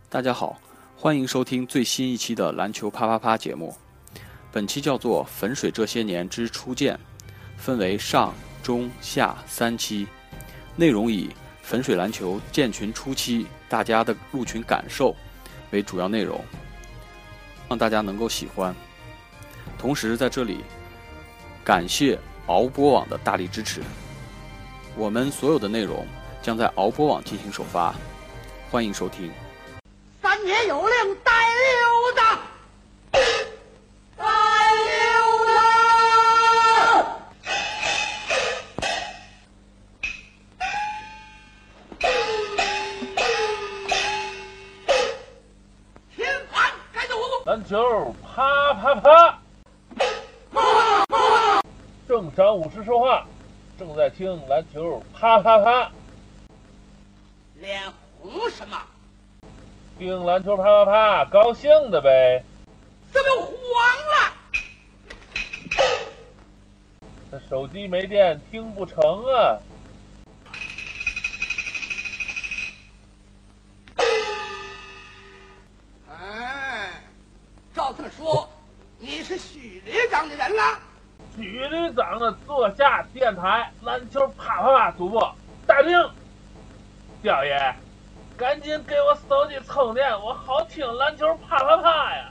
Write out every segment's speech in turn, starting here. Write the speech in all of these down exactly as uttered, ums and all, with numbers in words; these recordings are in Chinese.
大家好，欢迎收听最新一期的篮球啪啪啪节目。本期叫做《粉水这些年之初见》，分为上、中、下三期，内容以粉水篮球建群初期大家的入群感受为主要内容，让大家能够喜欢。同时在这里感谢敖播网的大力支持，我们所有的内容将在敖播网进行首发，欢迎收听。 三爷有令，带溜达，带溜达。天盘开赌， 篮球啪啪啪。正晌午时说话，正在听篮球啪啪啪。 脸红什么？ 听篮球啪啪啪，高兴的呗。 怎么黄了？ 这手机没电，听不成啊。 哎，照这么说，你是许旅长的人了？ 许旅长的座下电台篮球啪啪啪主播大兵，彪爷。赶紧给我手机充电，我好听篮球啪啪啪呀！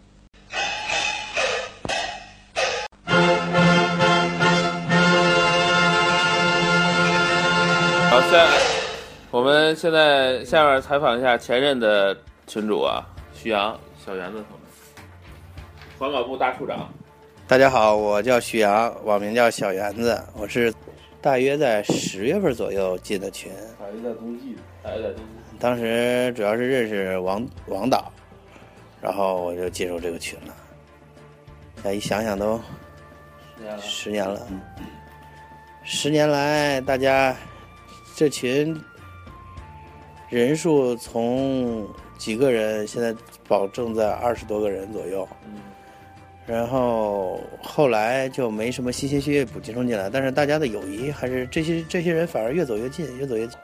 好，现我们现在下面采访一下前任的群主啊，徐阳、小园子同志，环保部大处长。 大家好，我叫徐阳，网名叫小园子，我是大约在十月份左右进的群， 大约在冬季，大约在冬季。 当时主要是认识王王导，然后我就进入这个群了。哎，一想想都十年了，十年来大家这群人数从几个人，现在保证在二十多个人左右。然后后来就没什么新鲜血液补充进来，但是大家的友谊还是这些这些人反而越走越近，越走越近。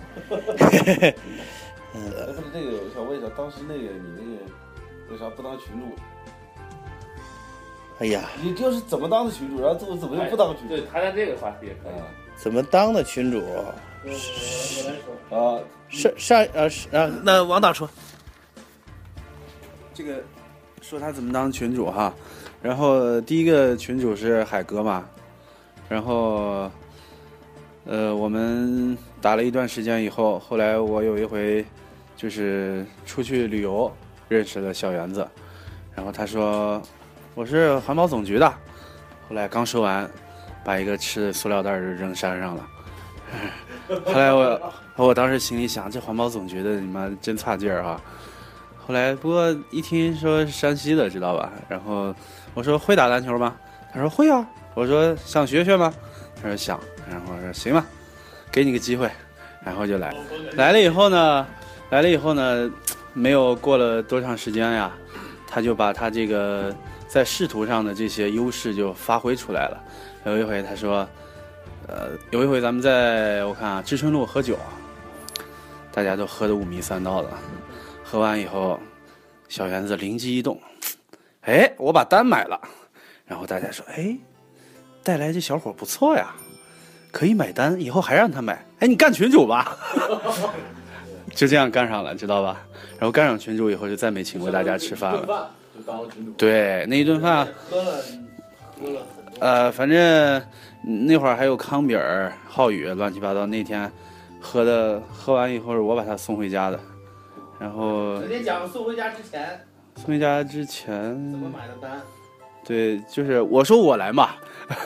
嗯，但是这个我想问一下，当时那个你那个为啥不当群主？ 哎呀， 你就是怎么当的群主，然后怎么怎么又不当群主？ 对，谈谈这个话题也可以。 怎么当的群主？ 啊， 上上呃啊，那王导说， 这个说他怎么当群主哈，然后第一个群主是海哥嘛，然后。呃，我们打了一段时间以后，后来我有一回就是出去旅游，认识了小园子，然后他说我是环保总局的，后来刚说完，把一个吃的塑料袋就扔山上了。后来我我当时心里想，这环保总局的你妈真差劲儿啊！后来不过一听说是山西的，知道吧？然后我说会打篮球吗？他说会啊。我说想学学吗？他说想。然后说行吧，给你个机会，然后就来来了以后呢，来了以后呢，没有过了多长时间呀，他就把他这个在仕途上的这些优势就发挥出来了。有一回他说，呃，有一回咱们在我看啊知春路喝酒，大家都喝得五迷三道的，喝完以后，小园子灵机一动，哎，我把单买了，然后大家说，哎，带来这小伙不错呀。可以买单，以后还让他买。哎，你干群主吧，就这样干上了，知道吧？然后干上群主以后，就再没请过大家吃饭了。 就当了群主。 对，那一顿饭， 喝了，喝了。 呃，反正那会儿还有康比尔、浩宇，乱七八糟。那天喝的，喝完以后，我把他送回家的。然后。 昨天讲送回家之前。 送回家之前。 怎么买的单？ 对，就是我说我来嘛。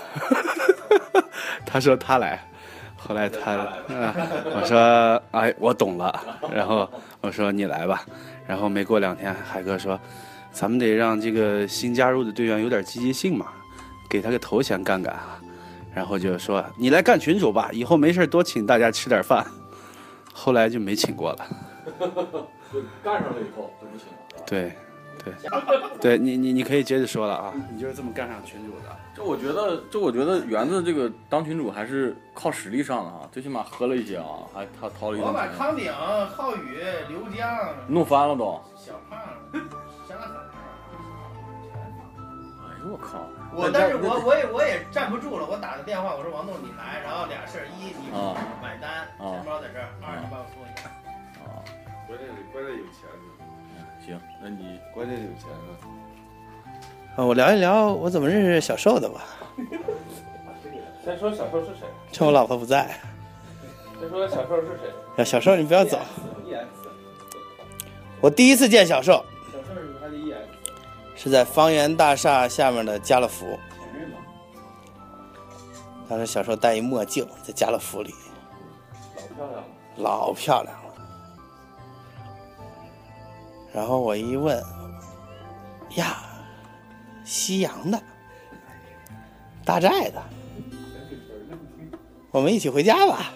他说他来，后来他，呃、我说哎我懂了，然后我说你来吧，然后没过两天，海哥说，咱们得让这个新加入的队员有点积极性嘛，给他个头衔干干啊，然后就说你来干群主吧，以后没事多请大家吃点饭，后来就没请过了。 就干上了以后就不请了。 对， 对，对你你你可以接着说了啊，你就是这么干上群主的。 这我觉得，这我觉得园子这个当群主还是靠实力上的啊，最起码喝了一些啊，还他掏了一我把顿钱。 康鼎、浩宇、刘江弄翻了都。 小胖、香港小哎呦我靠！ 我但是我我也我也站不住了，我打个电话，我说王栋你来，然后俩事儿，一你买单，钱包在这儿，二你帮我说一下。 啊， 关键关键有钱呢。 行，那你关键有钱呢。 啊，我聊一聊我怎么认识小寿的吧。 先说小寿是谁？ 趁我老婆不在。 先说小寿是谁？ 小寿你不要走。我第一次见小寿。 小寿是他的 E X。 是在方圆大厦下面的家乐福。当时小时候戴一墨镜，在家乐福里， 老漂亮了， 老漂亮了。然后我一问，呀，西洋的，大寨的，我们一起回家吧。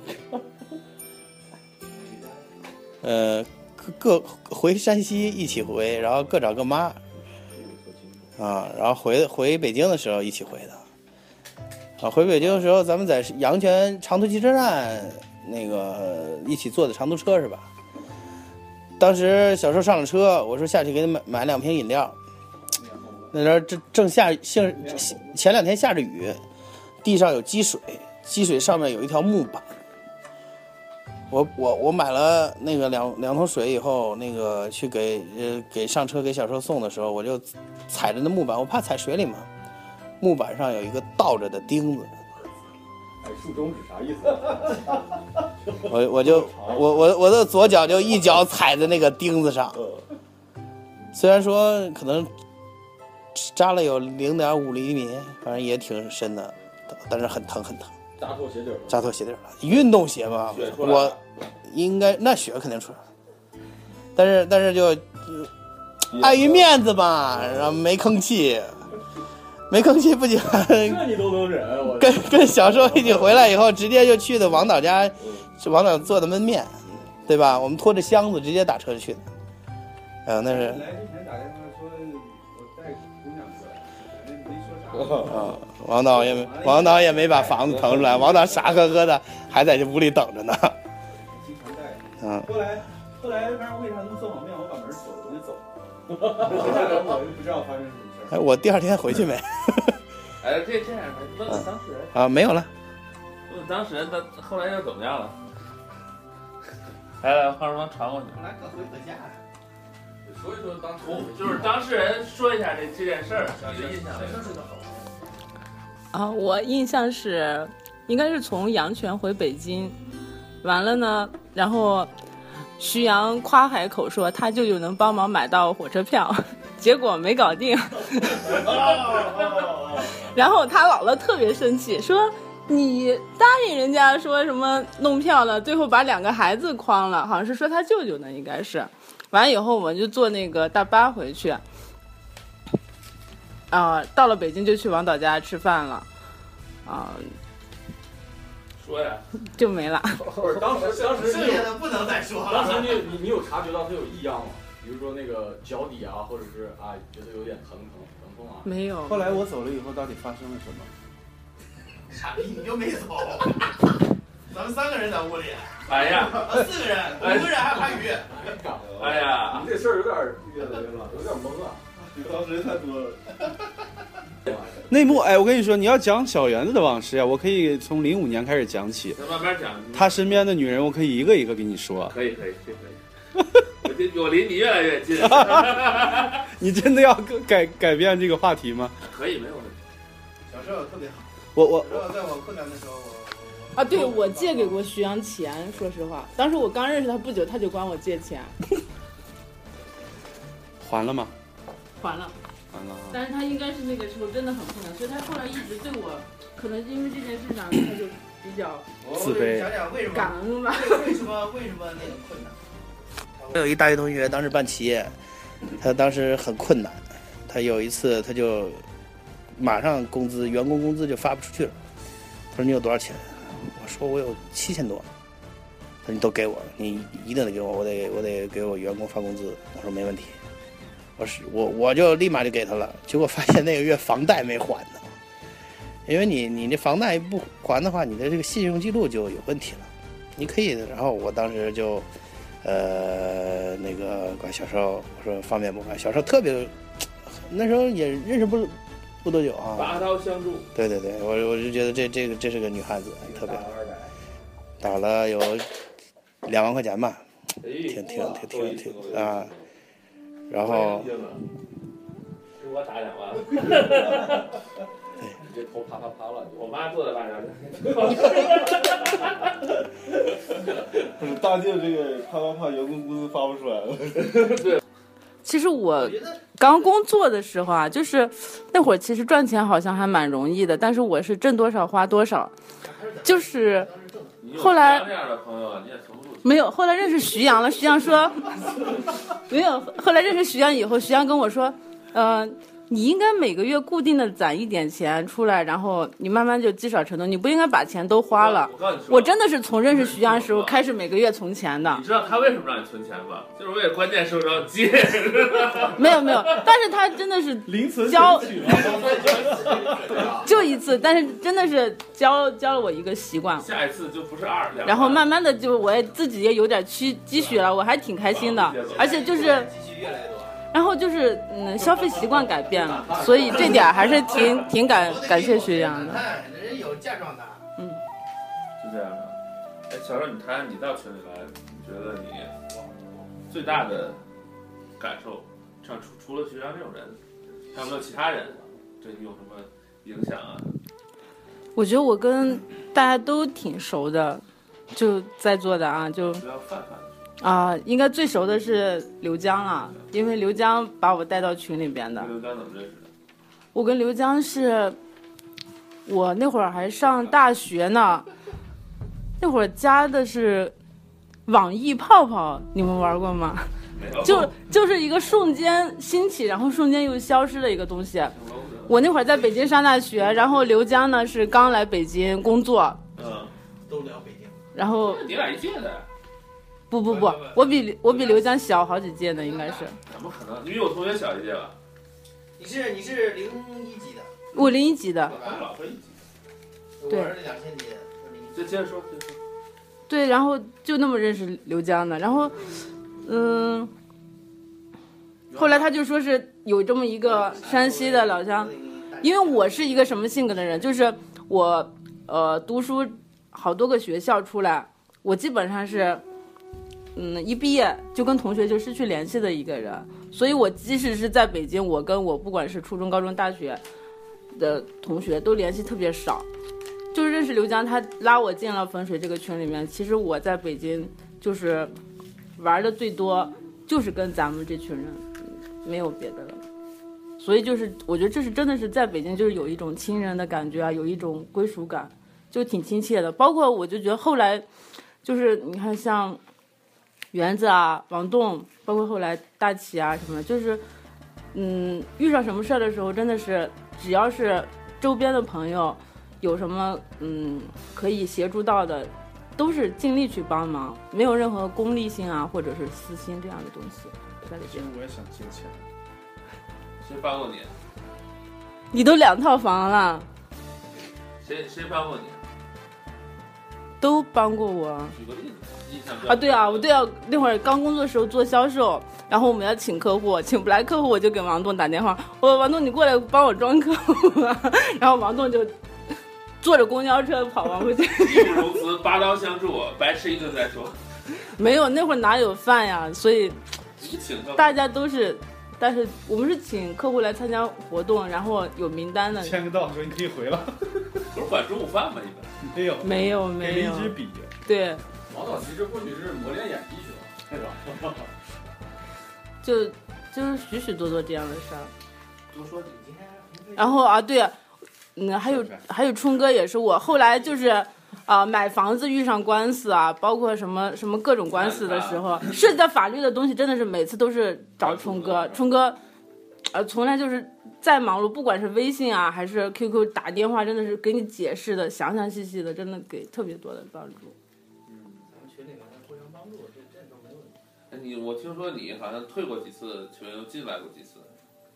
呃，各各回山西一起回，然后各找各妈。啊，然后回回北京的时候一起回的。啊，回北京的时候，咱们在阳泉长途汽车站那个一起坐的长途车是吧？当时小时候上了车，我说下去给你买买两瓶饮料。那时候正正下下前两天下着雨，地上有积水，积水上面有一条木板。我我我买了那个两两桶水以后，那个去给呃给上车给小时候送的时候，我就踩着那木板，我怕踩水里嘛。木板上有一个倒着的钉子。 哎，竖中指啥意思？ 我我就我我我的左脚就一脚踩在那个钉子上，虽然说可能扎了有零点五厘米，反正也挺深的，但是很疼很疼。 扎错鞋底了。 扎错鞋底了，运动鞋嘛，我应该那血肯定出来了，但是但是就、呃、碍于面子吧，然后没吭气，没吭气不行。 这你都能忍？我跟跟小时候一起回来以后，直接就去的王导家，是王导做的焖面，对吧？我们拖着箱子直接打车去的。呃，那是。 来之前打电话说我带姑娘过来，没说啥。 啊。王导也没，王导也没把房子腾出来，王导傻呵呵的还在这屋里等着呢。 经常带。 嗯。 后来，后来反正为啥能做好面，我把门锁了，我就走了。接下来我就不知道发生什么事。 哎，我第二天回去没？ 哎，这这样，问问当事人。 啊，没有了。 问当事人，他后来又怎么样了？来来，黄世芳传过去。 后来各回各家。 说一说当时，就是当事人说一下这这件事儿，你的印象。 啊，我印象是，应该是从阳泉回北京，完了呢，然后徐阳夸海口说他舅舅能帮忙买到火车票，结果没搞定。然后他姥姥特别生气，说你答应人家说什么弄票了，最后把两个孩子诓了，好像是说他舅舅呢，应该是。完了以后我们就坐那个大巴回去。啊、呃，到了北京就去王导家吃饭了，啊、呃， 说呀， 就没了。 不是当时当时剩下的不能再说了。 当时你你你有察觉到他有异样吗？比如说那个脚底啊，或者是啊觉得有点疼疼疼痛啊？ 没有。 后来我走了以后，到底发生了什么？ 傻逼，你就没走。咱们三个人在屋里。 哎呀， 四个人，五个人还怕鱼。 哎呀， 你这事儿有点越来越乱，有点懵啊。当时人太多了。 内幕哎，我跟你说，你要讲小园子的往事呀，我可以从零五年开始讲起。 慢慢讲。 他身边的女人，我可以一个一个给你说。 可以可以，这可以。我离你越来越近。 你真的要改改变这个话题吗？ 可以，没有问题。 小时候特别好。 我我在我困难的时候，我啊，对，我借给过徐阳钱，说实话，当时我刚认识他不久，他就管我借钱。 还了吗？ 还了。 还了。 但是他应该是那个时候真的很困难，所以他后来一直对我，可能因为这件事上，他就比较自卑。 讲讲为什么感恩吧？ 为什么为什么那个困难？我有一大学同学，当时办企业，他当时很困难，他有一次他就马上工资员工工资就发不出去了。他说你有多少钱？我说我有七千多。他说你都给我，你一定得给我，我得我得给我员工发工资。我说没问题。 我是我我就立马就给他了，结果发现那个月房贷没还呢，因为你你那房贷不还的话，你的这个信用记录就有问题了。你可以，然后我当时就，呃，那个管小邵我说方便不方便？小邵特别，那时候也认识不不多久啊， 拔刀相助。 对对对，我我就觉得这这个这是个女汉子，特别打了有两万块钱吧，挺挺挺挺挺啊，然后。 是我打两万。 你这头啪啪啪了， 我妈坐在大家不是大舅这个啪啪啪员工工资发不出来了。 对。 其实我刚工作的时候啊，就是那会儿其实赚钱好像还蛮容易的，但是我是挣多少花多少，就是后来没有，后来认识徐阳了，徐阳说没有，后来认识徐阳以后，徐阳跟我说，呃。你应该每个月固定的攒一点钱出来，然后你慢慢就积少成多，你不应该把钱都花了。 我, 我, 我真的是从认识徐阳的时候开始每个月存钱的。 你知道他为什么让你存钱吗？就是为了关键时候要借。 没有没有，但是他真的是教就一次，但是真的是教教了我一个习惯。 下一次就不是二， 然后慢慢的就我也自己也有点积积蓄了，我还挺开心的，而且就是。然后就是嗯，消费习惯改变了，所以这点还是挺挺感感谢徐阳的。 人有嫁妆的， 嗯，是这样的。哎，小邵，你谈你到群里来，你觉得你最大的感受，像除除了徐阳这种人，还有没有其他人对你有什么影响啊？ 我觉得我跟大家都挺熟的，就在座的啊，就不要泛泛的。 啊、呃，应该最熟的是刘江了，因为刘江把我带到群里边的。 刘江怎么认识的？ 我跟刘江是，我那会儿还上大学呢，那会儿加的是网易泡泡，你们玩过吗？就就是一个瞬间兴起，然后瞬间又消失的一个东西。我那会儿在北京上大学，然后刘江呢是刚来北京工作。 嗯， 都聊北京。 然后你俩一届的。 不不不，我比我比刘江小好几届呢，应该是。 怎么可能？你比我同学小一届吧？ 你是你是零一级的？ 我零一级的。 我老分一级。 对。 我是两千级的。 就接着说，接着说。 对，然后就那么认识刘江的，然后，嗯，后来他就说是有这么一个山西的老乡，因为我是一个什么性格的人，就是我呃读书好多个学校出来，我基本上是。嗯，一毕业就跟同学就失去联系的一个人，所以我即使是在北京，我跟我不管是初中、高中、大学的同学都联系特别少。就是认识刘江，他拉我进了汾水这个群里面。其实我在北京就是玩的最多，就是跟咱们这群人，没有别的了。所以就是我觉得这是真的是在北京就是有一种亲人的感觉啊，有一种归属感，就挺亲切的。包括我就觉得后来就是你看像。园子啊，王栋，包括后来大齐啊什么，就是，嗯，遇上什么事儿的时候，真的是只要是周边的朋友有什么嗯可以协助到的，都是尽力去帮忙，没有任何功利性啊或者是私心这样的东西在里边。 我也想借钱。 谁帮过你？ 你都两套房了。 谁谁帮过你？ 都帮过我。 举个例子。 啊，对啊，我对啊，那会儿刚工作的时候做销售，然后我们要请客户，请不来客户，我就给王栋打电话，我说王栋你过来帮我装客户啊，然后王栋就坐着公交车跑完回去。 义不容辞，拔刀相助，白吃一顿再说。 没有，那会儿哪有饭呀？所以大家都是，但是我们是请客户来参加活动，然后有名单的。 签个到说你可以回了。 不是管中午饭吗？一般没有， 没有，没有。 给了一支笔。 对。 王导其实过去是磨练演技去了，是吧？ 就就是许许多多这样的事儿。 多说几句。 然后啊，对，嗯，还有还有春哥也是我后来就是啊、呃、买房子遇上官司啊，包括什么什么各种官司的时候，涉及到法律的东西，真的是每次都是找春哥。春哥，呃，从来就是再忙碌，不管是微信啊还是 Q Q 打电话，真的是给你解释的详详细细的，真的给特别多的帮助。 你我听说你好像退过几次群，又进来过几次。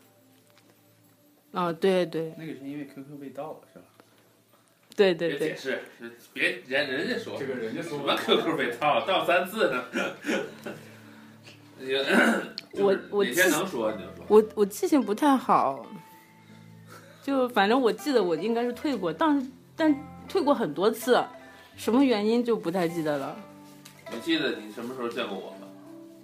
啊、哦，对对。 那个是因为 Q Q 被盗了，是吧？ 对对对。 别解释，别人人家说这个人家说什么 Q Q 被盗，盗三次呢。 我我哪天能说你就说。 我我记性不太好，就反正我记得我应该是退过，但但退过很多次，什么原因就不太记得了。 你记得你什么时候见过我吗？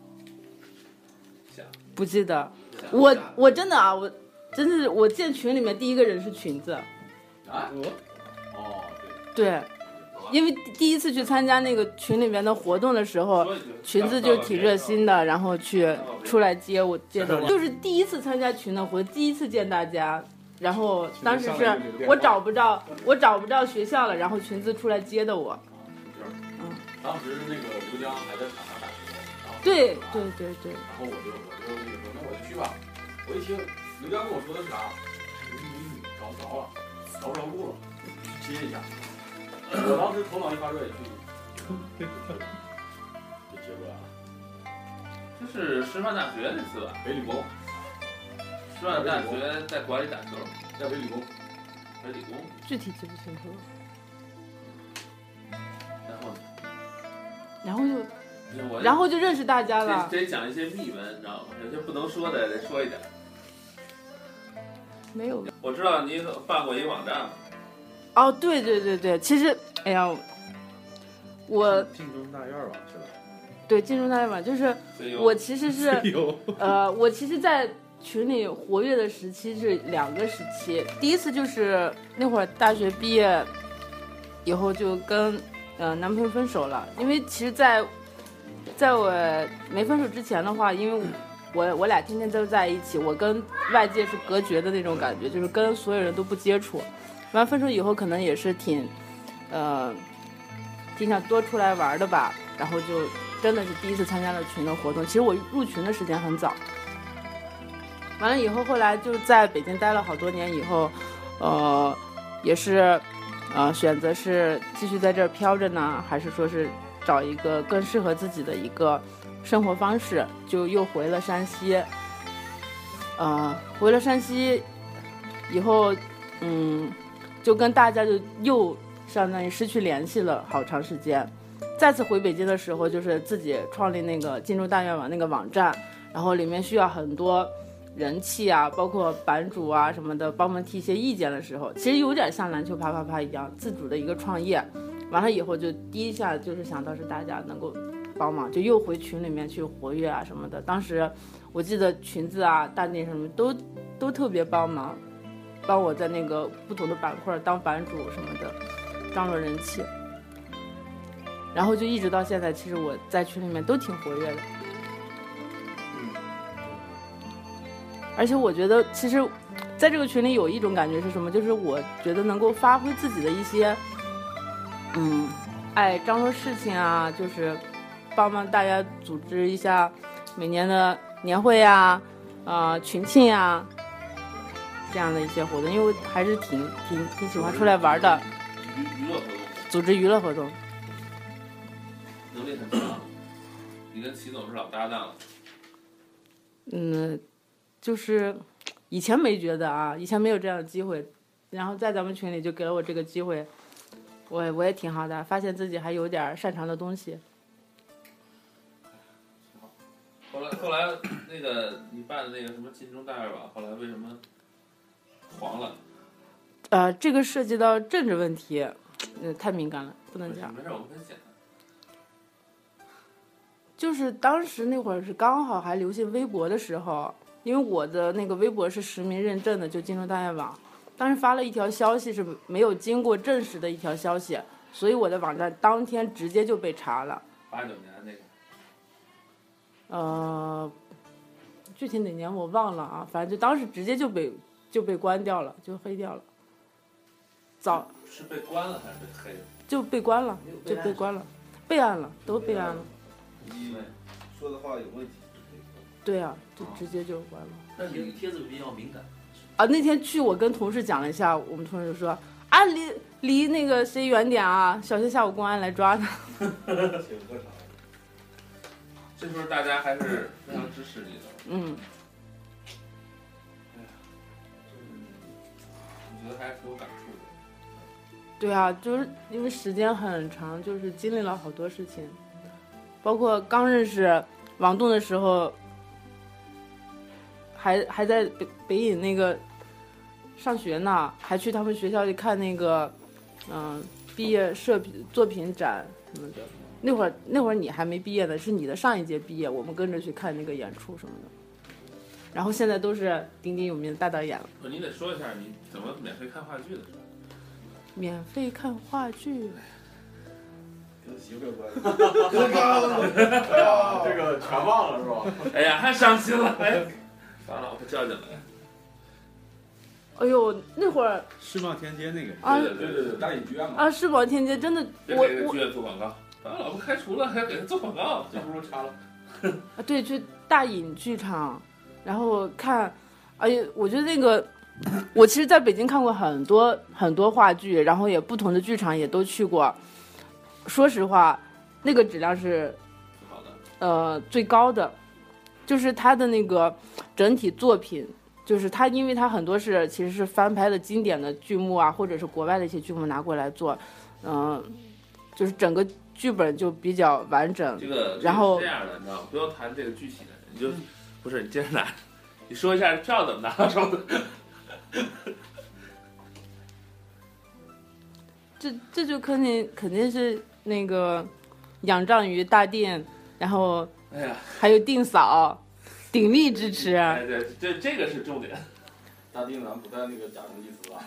想不记得，我我真的啊，我真的是我见群里面第一个人是裙子。 啊？哦， 对。对。因为第一次去参加那个群里面的活动的时候，裙子就挺热心的，然后去出来接我，接的我，就是第一次参加群的活，第一次见大家，然后当时是我找不着，我找不着学校了，然后裙子出来接的我。 嗯，当时那个刘江还在长沙大学， 对对对对。 然后我就我就那个说，那我就去吧。我一听刘江跟我说的是啥，我说你找不着了，找不着路了，去接一下。我当时头脑一发热，也去，就接过来了。 这是师范大学那次吧？ 北理工。 师范大学在馆里打球， 在北理工。 北理工。 具体记不清楚了。 然后呢？ 然后就，然后就认识大家了。 得讲一些秘闻，你知道吗？有些不能说的得说一点。 没有。 我知道你办过一个网站。 哦，对对对对，其实，哎呀，我晋中大院吧，是吧？ 对，晋中大院吧，就是我其实是，呃，我其实，在群里活跃的时期是两个时期，第一次就是那会儿大学毕业以后就跟呃男朋友分手了，因为其实在，在我没分手之前的话，因为我我俩天天都在一起，我跟外界是隔绝的那种感觉，就是跟所有人都不接触。完分手以后，可能也是挺，呃，挺想多出来玩的吧。然后就真的是第一次参加了群的活动。其实我入群的时间很早。完了以后，后来就在北京待了好多年以后，呃，也是，呃，选择是继续在这儿飘着呢，还是说是找一个更适合自己的一个生活方式，就又回了山西。呃，回了山西以后，嗯。就跟大家就又相当于失去联系了好长时间。再次回北京的时候，就是自己创立那个晋中大院网那个网站，然后里面需要很多人气啊，包括版主啊什么的帮忙提一些意见的时候，其实有点像篮球啪啪啪一样自主的一个创业。完了以后就第一下就是想到是大家能够帮忙，就又回群里面去活跃啊什么的。当时我记得裙子啊大内什么都都特别帮忙，帮我在那个不同的板块当版主什么的，张罗人气。然后就一直到现在，其实我在群里面都挺活跃的。而且我觉得其实在这个群里有一种感觉是什么，就是我觉得能够发挥自己的一些嗯爱张罗事情啊，就是帮忙大家组织一下每年的年会啊啊、呃、群庆啊这样的一些活动，因为还是挺挺挺喜欢出来玩的。 娱娱乐活动， 组织娱乐活动， 能力很强。你跟齐总是老搭档了。 嗯，就是以前没觉得啊，以前没有这样的机会，然后在咱们群里就给了我这个机会，我我也挺好的，发现自己还有点擅长的东西。 后来后来那个你办的那个什么晋中大院网，后来为什么黄了？ 呃，这个涉及到政治问题，呃，太敏感了，不能讲。 没事，我们很简单。 就是当时那会儿是刚好还流行微博的时候，因为我的那个微博是实名认证的，就晋中大院网，当时发了一条消息是没有经过证实的一条消息，所以我的网站当天直接就被查了。 八九年那个。 呃，具体哪年我忘了啊，反正就当时直接就被就被关掉了，就黑掉了。早是被关了还是被黑了？ 就被关了，就被关了，备案了，都备案了。 因为说的话有问题。 对啊，就直接就关了。 那你的帖子比较敏感。 啊，那天去我跟同事讲了一下，我们同事就说啊，离离那个谁远点啊，小心下午公安来抓他。 这时候大家还是非常支持你的。 嗯。 哎呀，我觉得还是挺有感触的。 对啊，就是因为时间很长，就是经历了好多事情，包括刚认识王栋的时候，还还在北北影那个上学呢，还去他们学校里看那个嗯、呃、毕业设品作品展什么的。那会儿那会儿你还没毕业呢，是你的上一届毕业，我们跟着去看那个演出什么的。然后现在都是鼎鼎有名的大导演了。 你得说一下你怎么免费看话剧的事。 免费看话剧， 跟媳妇有关系。这个全忘了是吧？ 哎呀，太伤心了！哎，把老婆叫进来。 哎呦，那会儿世贸天阶那个啊， 对对对，大影剧院嘛。 啊，世贸天阶真的，我别给剧院做广告，把老婆开除了，还给他做广告，这不如插了。 啊，对，去大影剧场，然后看，哎呀，我觉得那个。我其实在北京看过很多很多话剧，然后也不同的剧场也都去过。说实话，那个质量是好的， 呃最高的，就是它的那个整体作品，就是它因为它很多是其实是翻拍的经典的剧目啊，或者是国外的一些剧目拿过来做，嗯、呃，就是整个剧本就比较完整。 这个然后这样的，你知道吗？不要谈这个具体的，你就、嗯、不是你接着拿，你说一下票怎么拿到手的。 这这就肯定肯定是那个仰仗于大殿，然后哎呀， 还有定嫂鼎力支持。 哎，对，这这个是重点。 大殿咱不带那个假公济私啊，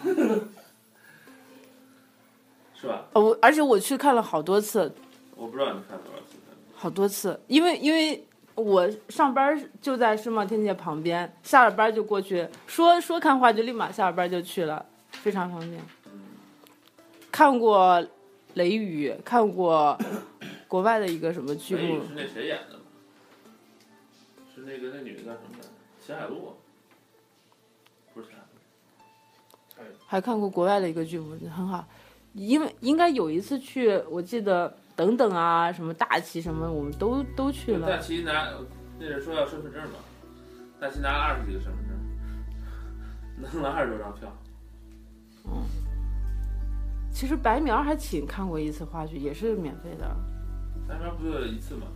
是吧？哦，我而且我去看了好多次。 我不知道你看多少次。 好多次，因为因为。我上班就在世贸天阶旁边，下了班就过去，说说看话就立马下了班就去了，非常方便。看过《雷雨》，看过国外的一个什么剧目？ 是那谁演的？是那个那女的叫什么的？秦海璐？不是秦海璐。 还看过国外的一个剧目，很好。因为应该有一次去，我记得。等等啊，什么大旗什么，我们都都去了。 大旗拿，那人说要身份证嘛，大旗拿了二十几个身份证，弄了二十多张票。 嗯，其实白苗还请看过一次话剧，也是免费的。 白苗不就一次吗？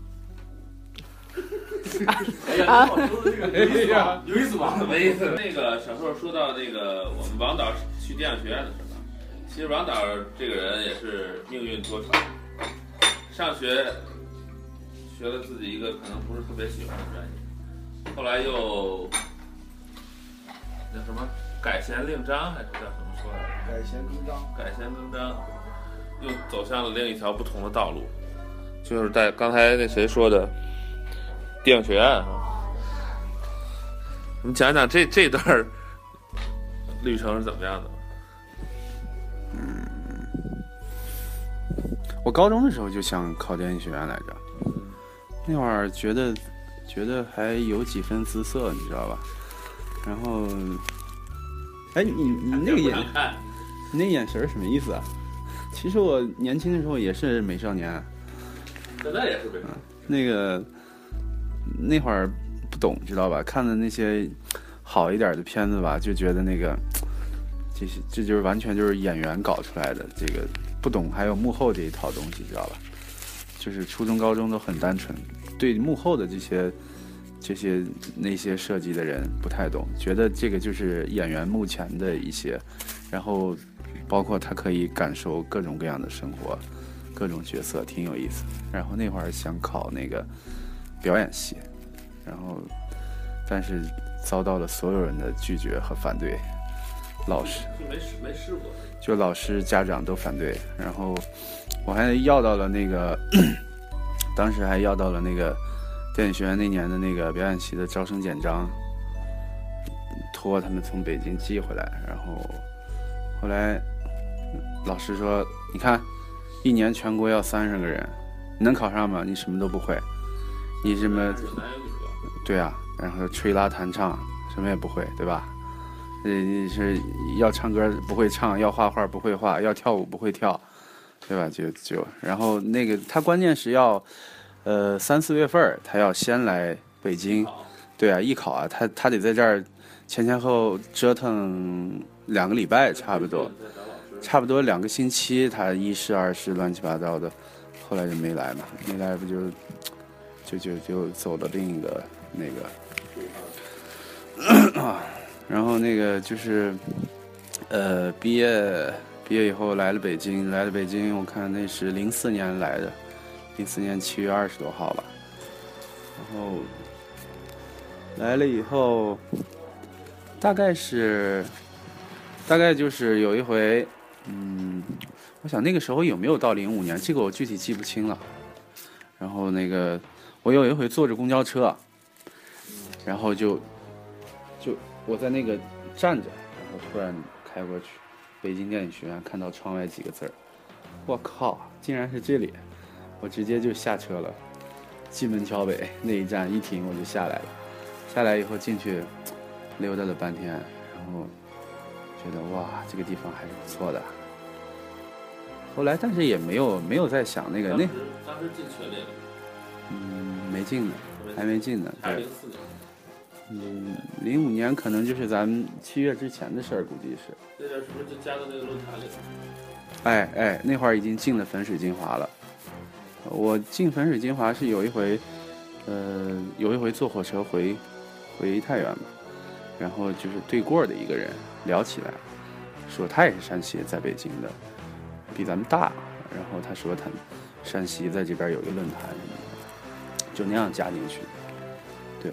哎呀，你说的这个有意思吗？有意思吗？ 没意思。那个小时候说到那个我们王导去电影学院的时候，其实王导这个人也是命运多舛。上学学了自己一个可能不是特别喜欢的专业，后来又叫什么改弦令章还是叫什么说来着？ 改弦更张。 改弦更张，又走向了另一条不同的道路，就是在刚才那谁说的电影学院啊。我们讲讲这这段旅程是怎么样的？ 嗯。我高中的时候就想考电影学院来着，那会儿觉得觉得还有几分姿色，你知道吧？然后，哎，你你那个眼，你那眼神什么意思啊？其实我年轻的时候也是美少年， 现在也是美少年。 那个那会儿不懂，知道吧？看的那些好一点的片子吧，就觉得那个这些这就是完全就是演员搞出来的这个。不懂还有幕后这一套东西，知道吧？就是初中高中都很单纯，对幕后的这些这些那些设计的人不太懂，觉得这个就是演员目前的一些，然后包括他可以感受各种各样的生活，各种角色，挺有意思。然后那会儿想考那个表演系，然后但是遭到了所有人的拒绝和反对，老师就没试没试过。 就老师家长都反对，然后我还要到了那个当时还要到了那个电影学院那年的那个表演系的招生简章，托他们从北京寄回来，然后后来老师说你看一年全国要三十个人，你能考上吗？你什么都不会，你什么对啊，然后吹拉弹唱什么也不会，对吧？你是要唱歌不会唱，要画画不会画，要跳舞不会跳，对吧？就就然后那个他关键是要呃三四月份儿他要先来北京，对啊，艺考啊，他他得在这儿前前后折腾两个礼拜，差不多，差不多两个星期，他一试二试乱七八糟的，后来就没来嘛，没来不就就就就走到另一个那个啊，然后那个就是呃毕业毕业以后来了北京，来了北京，我看那是零四年来的，零四年七月二十多号吧，然后。来了以后，大概是，大概就是有一回，嗯，我想那个时候有没有到零五年，这个我具体记不清了。然后那个，我有一回坐着公交车，然后就，就我在那个站着，然后突然开过去，北京电影学院，看到窗外几个字儿，我靠，竟然是这里！我直接就下车了，蓟门桥北那一站一停我就下来了。下来以后进去溜达了半天，然后觉得哇，这个地方还是不错的。后来但是也没有没有在想那个那当时进群里了， 嗯，没进呢，还没进呢。 还是零四年。 嗯，零五年可能就是咱们七月之前的事儿，估计是。 那阵是不是就加到那个论坛里？ 哎哎，那会儿已经进了汾水精华了。我进汾水精华是有一回，呃，有一回坐火车回。回太原嘛，然后就是对过的一个人聊起来，说他也是山西，在北京的，比咱们大。然后他说他山西在这边有一个论坛什么的，就那样加进去。对，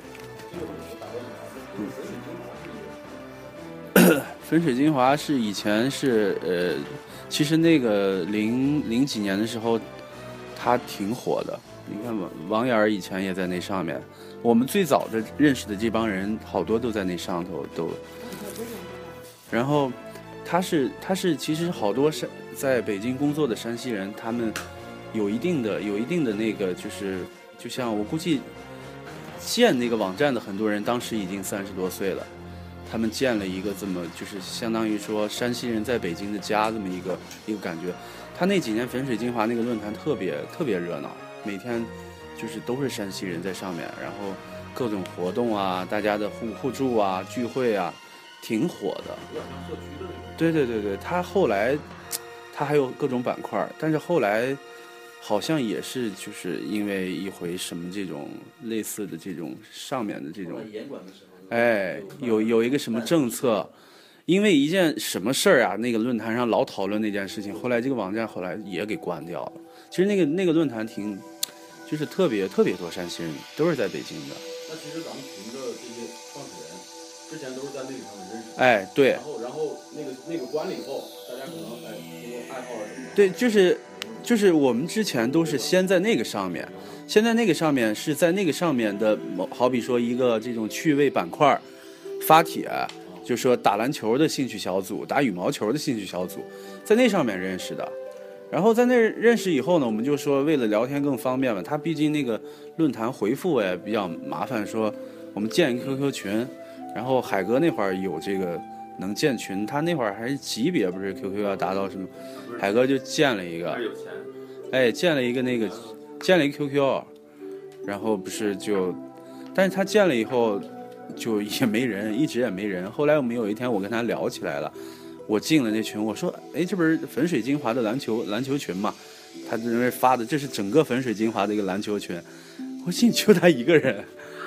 嗯，汾水精华是以前是呃，其实那个零零几年的时候，他挺火的。你看王王源以前也在那上面。我们最早的认识的这帮人，好多都在那上头都。然后，他是他是其实好多山在北京工作的山西人，他们有一定的有一定的那个，就是就像我估计建那个网站的很多人，当时已经三十多岁了，他们建了一个这么就是相当于说山西人在北京的家这么一个一个感觉。他那几年汾水精华那个论坛特别特别热闹，每天。就是都是山西人在上面，然后各种活动啊，大家的互互助啊、聚会啊，挺火的。对对对对，他后来他还有各种板块，但是后来好像也是就是因为一回什么这种类似的这种上面的这种，哎，有有一个什么政策，因为一件什么事儿啊，那个论坛上老讨论那件事情，后来这个网站后来也给关掉了。其实那个那个论坛挺。就是特别特别多山西人都是在北京的。 那其实咱们群的这些创始人之前都是在那个上面认识的。 哎，对。 然后然后那个那个关了以后，大家可能哎因为爱好啊什么的。 对，就是就是我们之前都是先在那个上面，现在那个上面是在那个上面的，好比说一个这种趣味板块发帖，就说打篮球的兴趣小组、打羽毛球的兴趣小组，在那上面认识的。然后在那认识以后呢，我们就说为了聊天更方便嘛，他毕竟那个论坛回复也比较麻烦，说我们建一个 Q Q 群，然后海哥那会儿有这个能建群，他那会儿还是级别不是 Q Q 要达到什么，海哥就建了一个，哎，建了一个那个建了一个 Q Q， 然后不是就，但是他建了以后就也没人，一直也没人。后来我们有一天我跟他聊起来了。我进了那群，我说：“哎，这不是汾水精华的篮球篮球群嘛？”他在那发的，这是整个汾水精华的一个篮球群。我进去就他一个人，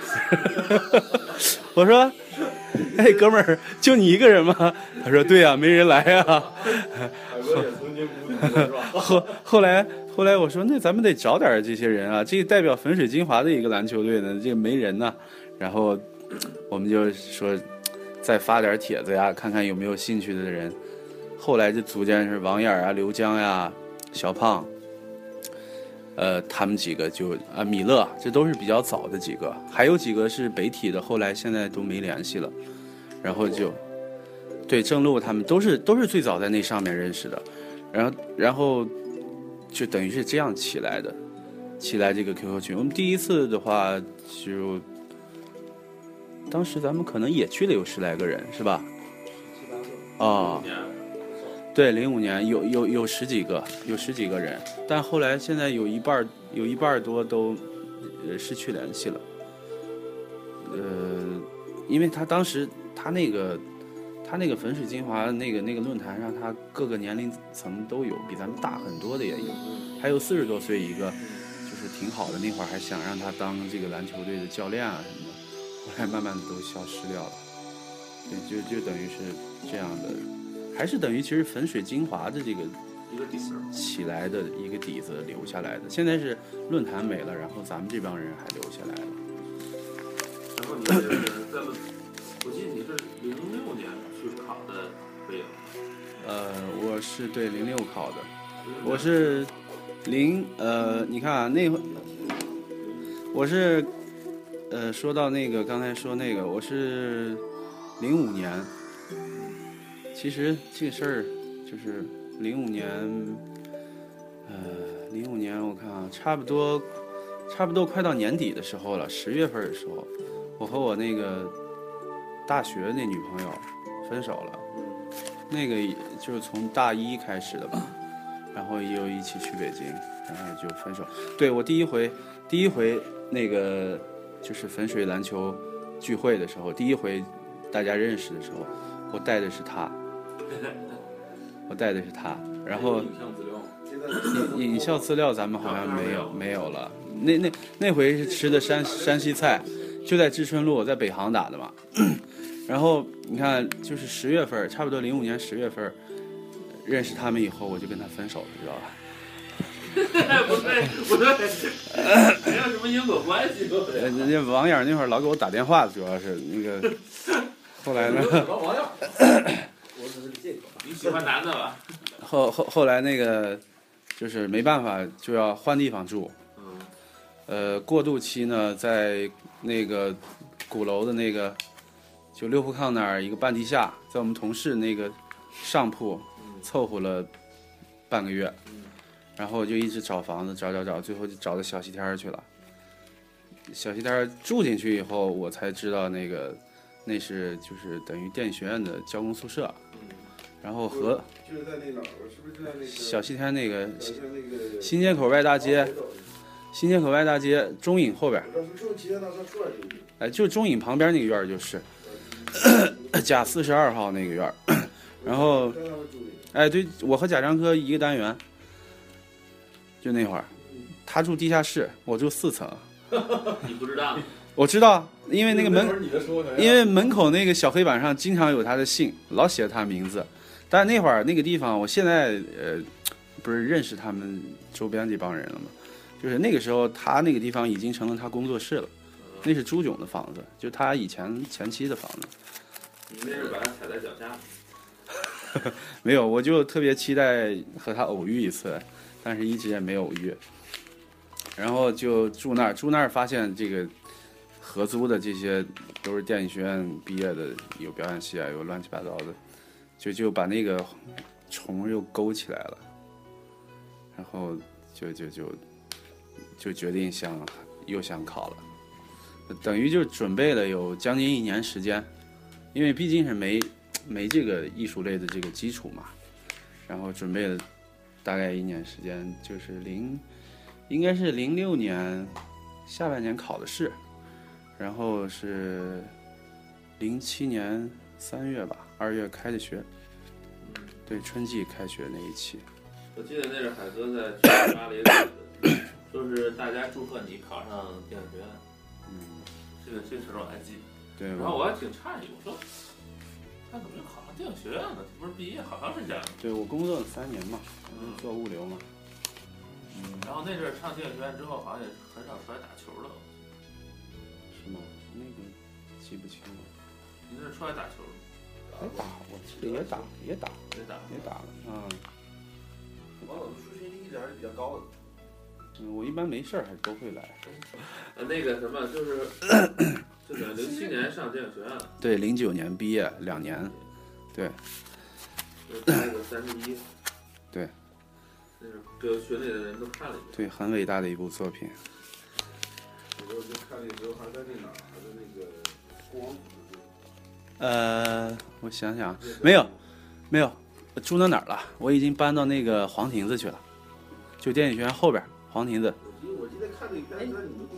我说：“哎，哥们儿，就你一个人吗？”他说：“对呀、啊，没人来呀、啊。”后后来后来我说：“那咱们得找点这些人啊，这个代表汾水精华的一个篮球队呢，这个没人呢。”然后我们就说。再发点帖子呀，看看有没有兴趣的人。后来就逐渐是王眼啊、刘江呀、小胖，呃，他们几个就啊，米勒，这都是比较早的几个，还有几个是北体的，后来现在都没联系了。然后就，对郑路他们都是都是最早在那上面认识的，然后然后就等于是这样起来的，起来这个 Q Q 群。我们第一次的话就。当时咱们可能也去了有十来个人，是吧？啊、哦，对，零五年有有有十几个，有十几个人，但后来现在有一半有一半多都呃失去联系了。呃，因为他当时他那个他那个汾水精华那个那个论坛上，他各个年龄层都有，比咱们大很多的也有，还有四十多岁一个，就是挺好的。那会儿还想让他当这个篮球队的教练啊什么的，后来慢慢的都消失掉了。对，就就等于是这样的，还是等于其实汾水精华的这个一个底子起来的一个底子留下来的。现在是论坛没了，然后咱们这帮人还留下来了。 然后你是在了，我记得你是零六年去考的北影。 呃，我是对零六考的，我是零呃，你看啊，那会我是呃，说到那个刚才说那个，我是零五年。其实这个事儿就是零五年，呃，零五年我看啊，差不多差不多快到年底的时候了，十月份的时候。我和我那个大学那女朋友分手了，那个就是从大一开始的吧，然后又一起去北京，然后就分手。对，我第一回第一回那个就是汾水篮球聚会的时候，第一回大家认识的时候，我带的是她，我带的是她，然后影像资料，影影像资料咱们好像没有没有了。那那那回是吃的山山西菜。就在知春路，在北航打的嘛。然后你看，就是十月份，差不多零五年十月份认识他们以后，我就跟他分手了，知道吧？不对，不对，没有什么因果关系。 呃，人家王眼那会儿老给我打电话，主要是那个。后来呢？ 王眼，我只是个借口。你喜欢男的吧？ 后后后来那个，就是没办法，就要换地方住。 嗯。 呃，过渡期呢，在那个鼓楼的那个，就六铺炕那儿一个半地下，在我们同事那个上铺凑合了半个月，然后就一直找房子，找找找，最后就找到小西天去了。小西天住进去以后，我才知道那个那是就是等于电影学院的教工宿舍，然后和就是在那哪儿，是不是就在那个小西天那个新街口外大街。新街口外大街中影后边，哎，就中影旁边那个院就是甲四十二号那个院，然后，哎，对，我和贾樟柯一个单元，就那会儿，他住地下室，我住四层。 你不知道？ 我知道，因为那个门，因为门口那个小黑板上经常有他的姓，老写他名字。但那会儿那个地方，我现在呃，不是认识他们周边这帮人了吗？就是那个时候，他那个地方已经成了他工作室了，那是朱炯的房子，就他以前前妻的房子。 你那是把他踩在脚下？ 没有，我就特别期待和他偶遇一次，但是一直也没偶遇。然后就住那儿，住那儿发现这个合租的这些都是电影学院毕业的，有表演系啊，有乱七八糟的，就就把那个虫又勾起来了，然后就就就。就决定想又想考了，等于就准备了有将近一年时间，因为毕竟是没没这个艺术类的这个基础嘛，然后准备了大概一年时间，就是零应该是零六年下半年考的试，然后是零七年三月吧，二月开的学，对，春季开学那一期。 我记得那是海哥在发了一个。就是大家祝贺你考上电影学院，嗯，这个这事儿我还记得。 对。 然后我还挺诧异，我说他怎么就考上电影学院呢？他不是毕业好长时间了？ 对，我工作了三年嘛，嗯、做物流嘛。 嗯。然后那阵儿上电影学院之后，好像也很少出来打球了。 是吗？那个记不清了。 你那是出来打球？ 还打，我记得也打，也打， 也打， 也打了啊。 王老师数学一直还是比较高的。 嗯，我一般没事儿还都会来。 呃，那个什么，就是就是零七年上电影学院。 对，零九年毕业两年，对。 那个三十一。 对。 那是给学内的人都看了一遍。 对，很伟大的一部作品。 我就看那时候还在那哪儿，还在那个恭王府。 呃，我想想，没有，没有，住到哪儿了？我已经搬到那个黄亭子去了，就电影学院后边。黄亭子， 我记得看那个片子在你们公王府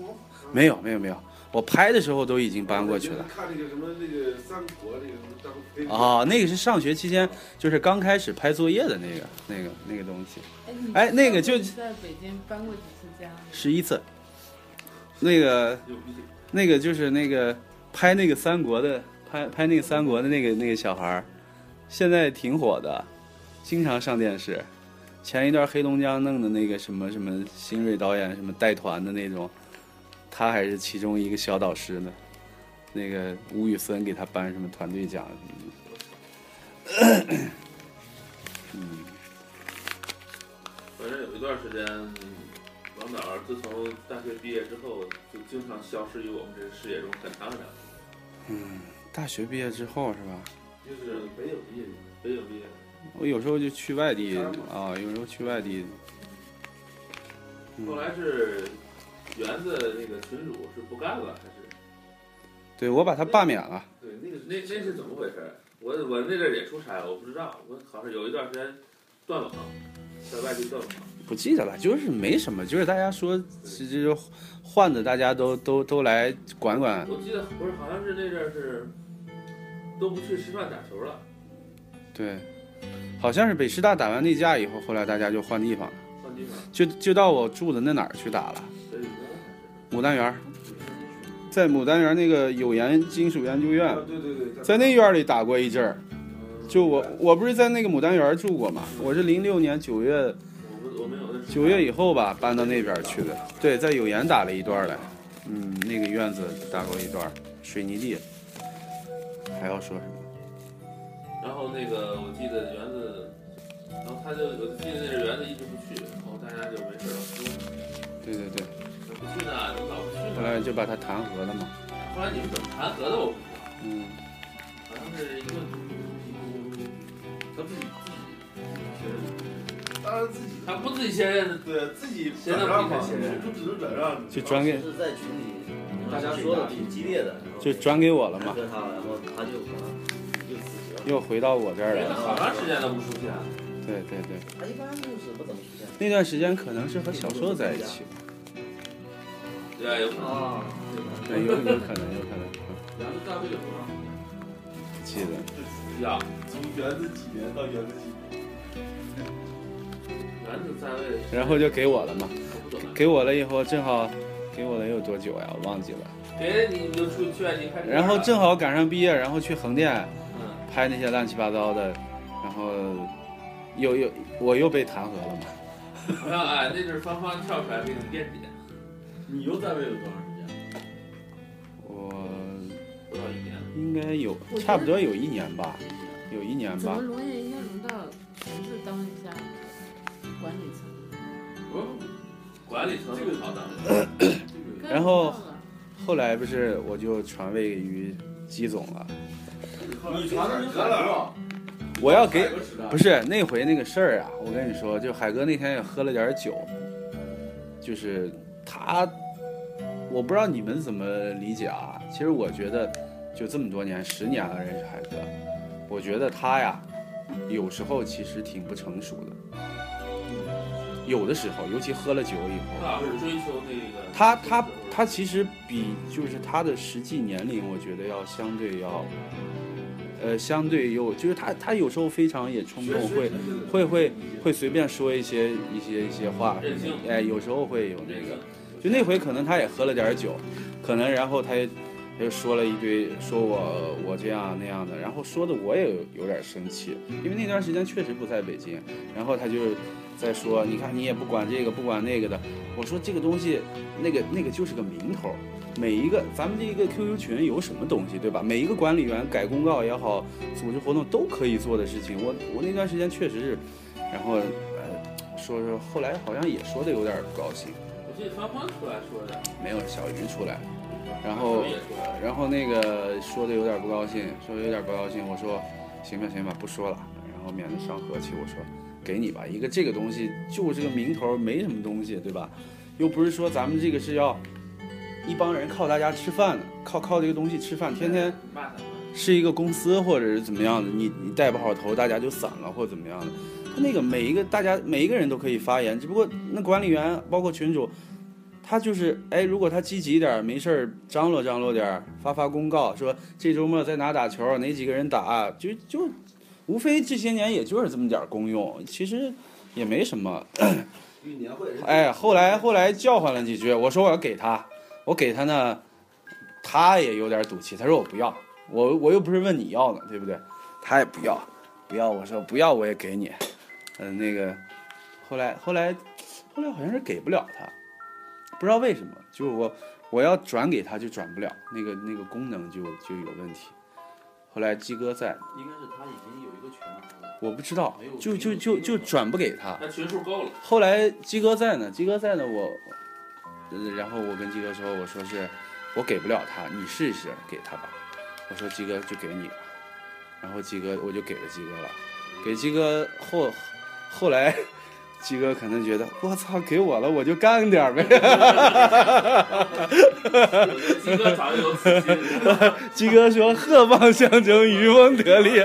没有没有没有，我拍的时候都已经搬过去了。 看那个什么那个三国那个什么张飞。 哦，那个是上学期间，就是刚开始拍作业的那个那个那个东西。哎，那个就在北京搬过几次家？ 十一次。那个那个就是那个拍那个三国的，拍拍那个三国的那个那个小孩，现在挺火的，经常上电视。前一段黑龙江弄的那个什么什么新锐导演什么带团的那种，他还是其中一个小导师呢。那个吴宇森给他颁什么团队奖什么的。嗯， 反正有一段时间，王导自从大学毕业之后，就经常消失于我们这个视野中很长很长。 嗯，大学毕业之后是吧？ 就是北影毕业，北影毕业。 我有时候就去外地啊，有时候去外地。 后来是园子那个群主是不干了，还是？ 对，我把他罢免了。 对，那个那那是怎么回事？我我那阵儿也出差，我不知道，我好像有一段时间断网，在外地断网。 不记得了，就是没什么，就是大家说是就是换的，大家都都都来管管。 我记得不是，好像是那阵儿是都不去吃饭打球了。 对，好像是北师大打完例假以后，后来大家就换地方了。 换地方。 就就到我住的那哪儿去打了？牡丹园。在牡丹园那个有研金属研究院， 对对对， 在那院里打过一阵儿。就我我不是在那个牡丹园住过嘛？我是零六年九月，九月以后吧搬到那边去的。对，在有研打了一段来，嗯，那个院子打过一段，水泥地。还要说什么？ 然后那个我记得园子，然后他就我记得那个园子一直不去，然后大家就没事老说。 对对对。 不去呢，你老不去呢。 后来就把他弹劾了嘛。 后来你们怎么弹劾的？我不知道。 嗯。 好像是一个，他自己自己当然自己， 他不自己先认， 对自己先让嘛， 先认，就只能转让。 就转给是在群里，大家说的挺激烈的， 就转给我了嘛。 跟他，然后他就可能就辞职了， 又回到我这儿来了。 好长时间都不出现。 对对对。 他一般就是不怎么出现。 那段时间可能是和小受在一起。 对，有可能。 啊， 对，有有可能，有可能。 园子单位有多长时间？ 不记得。 呀， 从园子几年到园子几年？ 园子单位。 然后就给我了嘛。给我了以后，正好给我了有多久呀？我忘记了。 给你就出去你拍。 然后正好赶上毕业，然后去横店，嗯，拍那些乱七八糟的，然后又又我又被弹劾了嘛。 然后哎，那阵芳芳跳出来给你垫底。 你又在位了多长时间？ 我不到一年， 应该有差不多有一年吧，有一年吧。 怎么龙爷应该轮到侄子当一下管理层？ 不，管理层这个好当。 然后后来不是我就传位于姬总了。 你传的是海哥。 我要给不是那回那个事儿啊，我跟你说，就海哥那天也喝了点酒，就是他，我不知道你们怎么理解啊。其实我觉得，就这么多年，十年了认识海哥，我觉得他呀，有时候其实挺不成熟的。有的时候，尤其喝了酒以后， 他是追求那个， 他他他其实比就是他的实际年龄，我觉得要相对要。呃，相对有，就是他，他有时候非常也冲动，会，会会会随便说一些一些一些话，哎，有时候会有那个，就那回可能他也喝了点酒，可能然后他也他就说了一堆，说我我这样那样的，然后说的我也有有点生气，因为那段时间确实不在北京，然后他就在说，你看你也不管这个不管那个的，我说这个东西，那个那个就是个名头。每一个咱们这个 Q Q 群有什么东西，对吧？每一个管理员改公告也好，组织活动都可以做的事情。我我那段时间确实是，然后呃说说，后来好像也说的有点不高兴。 我记得芳芳出来说的， 没有小鱼出来，然后然后那个说的有点不高兴，说的有点不高兴。我说行吧行吧，不说了，然后免得伤和气。我说给你吧，一个这个东西就是个名头，没什么东西，对吧？又不是说咱们这个是要。一帮人靠大家吃饭的，靠靠这个东西吃饭，天天是一个公司或者是怎么样的，你你带不好头，大家就散了或者怎么样的。他那个每一个大家每一个人都可以发言，只不过那管理员包括群主， 他就是哎，如果他积极一点，没事儿张罗张罗点，发发公告说这周末在哪打球，哪几个人打，就就无非这些年也就是这么点功用，其实也没什么。哎，后来后来叫唤了几句，我说我要给他，我给他呢，他也有点赌气，他说我不要，我我又不是问你要呢，对不对？他也不要，不要，我说不要我也给你，嗯、呃，那个后来后来后来好像是给不了他。不知道为什么，就是我我要转给他就转不了，那个那个功能就就有问题。后来鸡哥在， 应该是他已经有一个群了， 我不知道，就就就就转不给他。 那群数够了。 后来鸡哥在呢，鸡哥在呢，我，然后我跟鸡哥说，我说是我给不了他，你试一试给他吧。我说鸡哥就给你吧，然后鸡哥我就给了鸡哥了，给鸡哥后后来。鸡哥可能觉得我操给我了我就干点呗， 鸡哥早就有死心。 鸡哥说鹤蚌相争渔翁得利。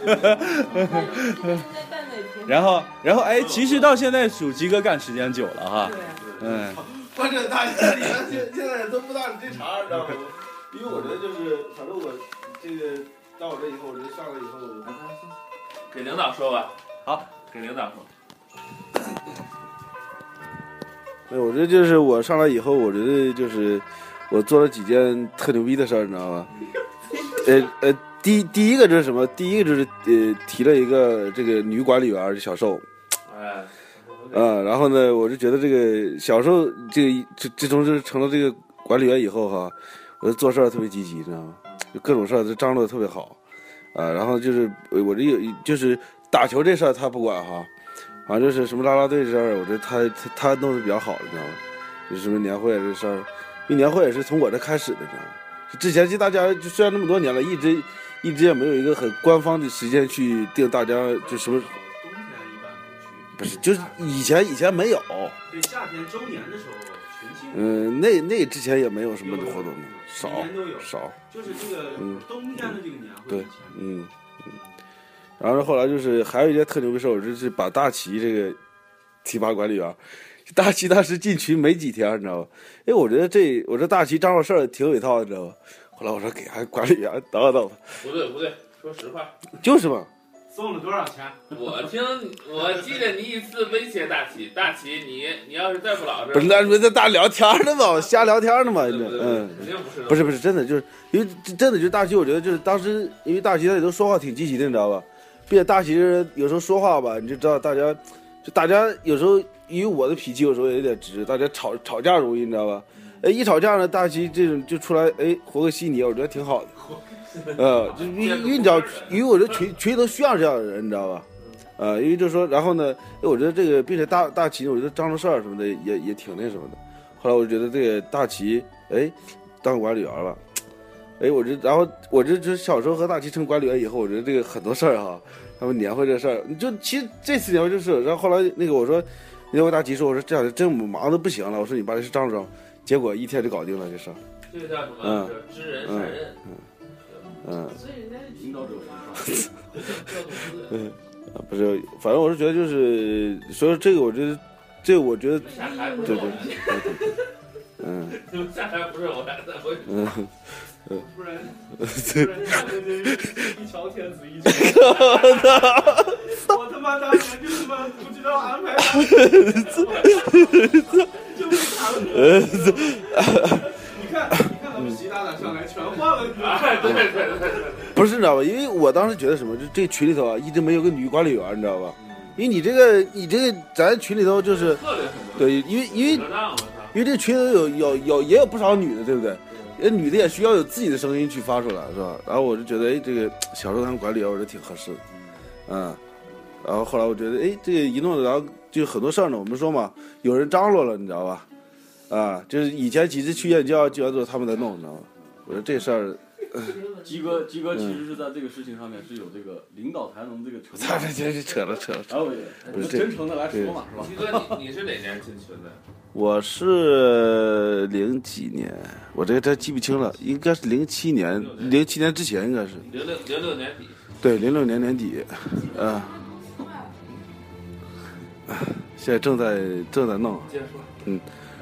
然后然后哎，其实到现在属鸡哥干时间久了哈，嗯。 关键大家里面现现在人都不知道你这茬，你知道吗？因为我觉得就是，反正我这个到我这以后，我这上来以后， 给领导说吧。 好， 给领导说。 没有，我觉得就是我上来以后，我觉得就是我做了几件特牛逼的事儿，你知道吗？呃呃，第第一个就是什么？第一个就是呃提了一个这个女管理员小受， 哎， 啊，然后呢，我就觉得这个小受这个自自从是成了这个管理员以后哈，我就做事儿特别积极，你知道吗？就各种事儿都张罗的特别好，啊，然后就是我这有就是打球这事儿他不管哈。反正就是什么啦啦队这事儿，我觉得他他他弄得比较好，你知道吗？就什么年会这事儿，因为年会也是从我这开始的，你知道吗？之前就大家就虽然那么多年了，一直一直也没有一个很官方的时间去定大家就什么。 冬天一般不去。 不是，就是以前以前没有。 对，夏天周年的时候群庆。 嗯，那那之前也没有什么活动，少少。 就是这个冬天的这个年会。 对，嗯。然后后来就是还有一件特牛逼事儿，我就是把大齐这个提拔管理员。大齐当时进群没几天，你知道吗？因为我觉得这我这大齐张罗事儿挺有一套，你知道吗？后来我说给俺管理员等等等。 不对不对，说实话。 就是嘛。 送了多少钱？ 我听我记得你一次威胁大齐，大齐你你要是再不老实， 不是那不是大聊天呢嘛，瞎聊天呢嘛， 嗯， 肯定不是，不是不是真的，就是因为真的就是大齐，我觉得就是当时因为大齐他也都说话挺积极的，你知道吧？并且大齐有时候说话吧，你就知道大家，就大家有时候因为我的脾气有时候也有点直，大家吵吵架容易，你知道吧？哎，一吵架呢，大齐这种就出来，哎，和个稀泥，我觉得挺好的。呃，就因为因为你知道，因为我这群群里头需要这样的人，你知道吧？呃，因为就是说，然后呢，我觉得这个，并且大大齐，我觉得张罗事儿什么的也也挺那什么的。后来我就觉得这个大齐，哎，当管理员了。哎，我这，然后我这这小时候和大齐成管理员以后，我觉得这个很多事儿哈，他们年会这事儿，就其实这次年会就是，然后后来那个我说，那个大齐说，我说这两天真忙的不行了，我说你把这事张罗张，结果一天就搞定了这事儿。 这个叫什么？嗯，知人善任。 嗯嗯。 所以人家领导者嗯，啊不是，反正我是觉得就是，所以这个我觉得，这个我觉得，对对对对，嗯。 你们下台不是我来的，我。 嗯。 不然，不然下面这一朝天子一朝。我他妈当年就他妈不知道安排他，就没谈了。你看，你看他们习大大上来全换了， 哎，对对对对。 不是你知道吧？因为我当时觉得什么，就这群里头啊，一直没有个女管理员，你知道吧？因为你这个，你这个，咱群里头就是，对，因为因为因为这群里头有有有也有不少女的，对不对？人女的也需要有自己的声音去发出来，是吧？然后我就觉得，哎，这个小时候当管理员，我觉得挺合适的，嗯。然后后来我觉得，哎，这个一弄，然后就很多事儿呢。我们说嘛，有人张罗了，你知道吧？啊，就是以前几次去燕郊，基本上都是他们在弄，你知道吧？我说这事儿， 鸡哥，鸡哥其实是在这个事情上面是有这个领导才能这个权。 他这这是扯了扯了， 然后不是真诚的来说嘛，是吧？ 鸡哥，你你是哪年进群的？ 我是零几年，我这个真记不清了，应该是零七年，零七年之前应该是。 零六零六年底。 对，零六年年底，嗯、呃，现在正在正在弄。 接着说。 嗯，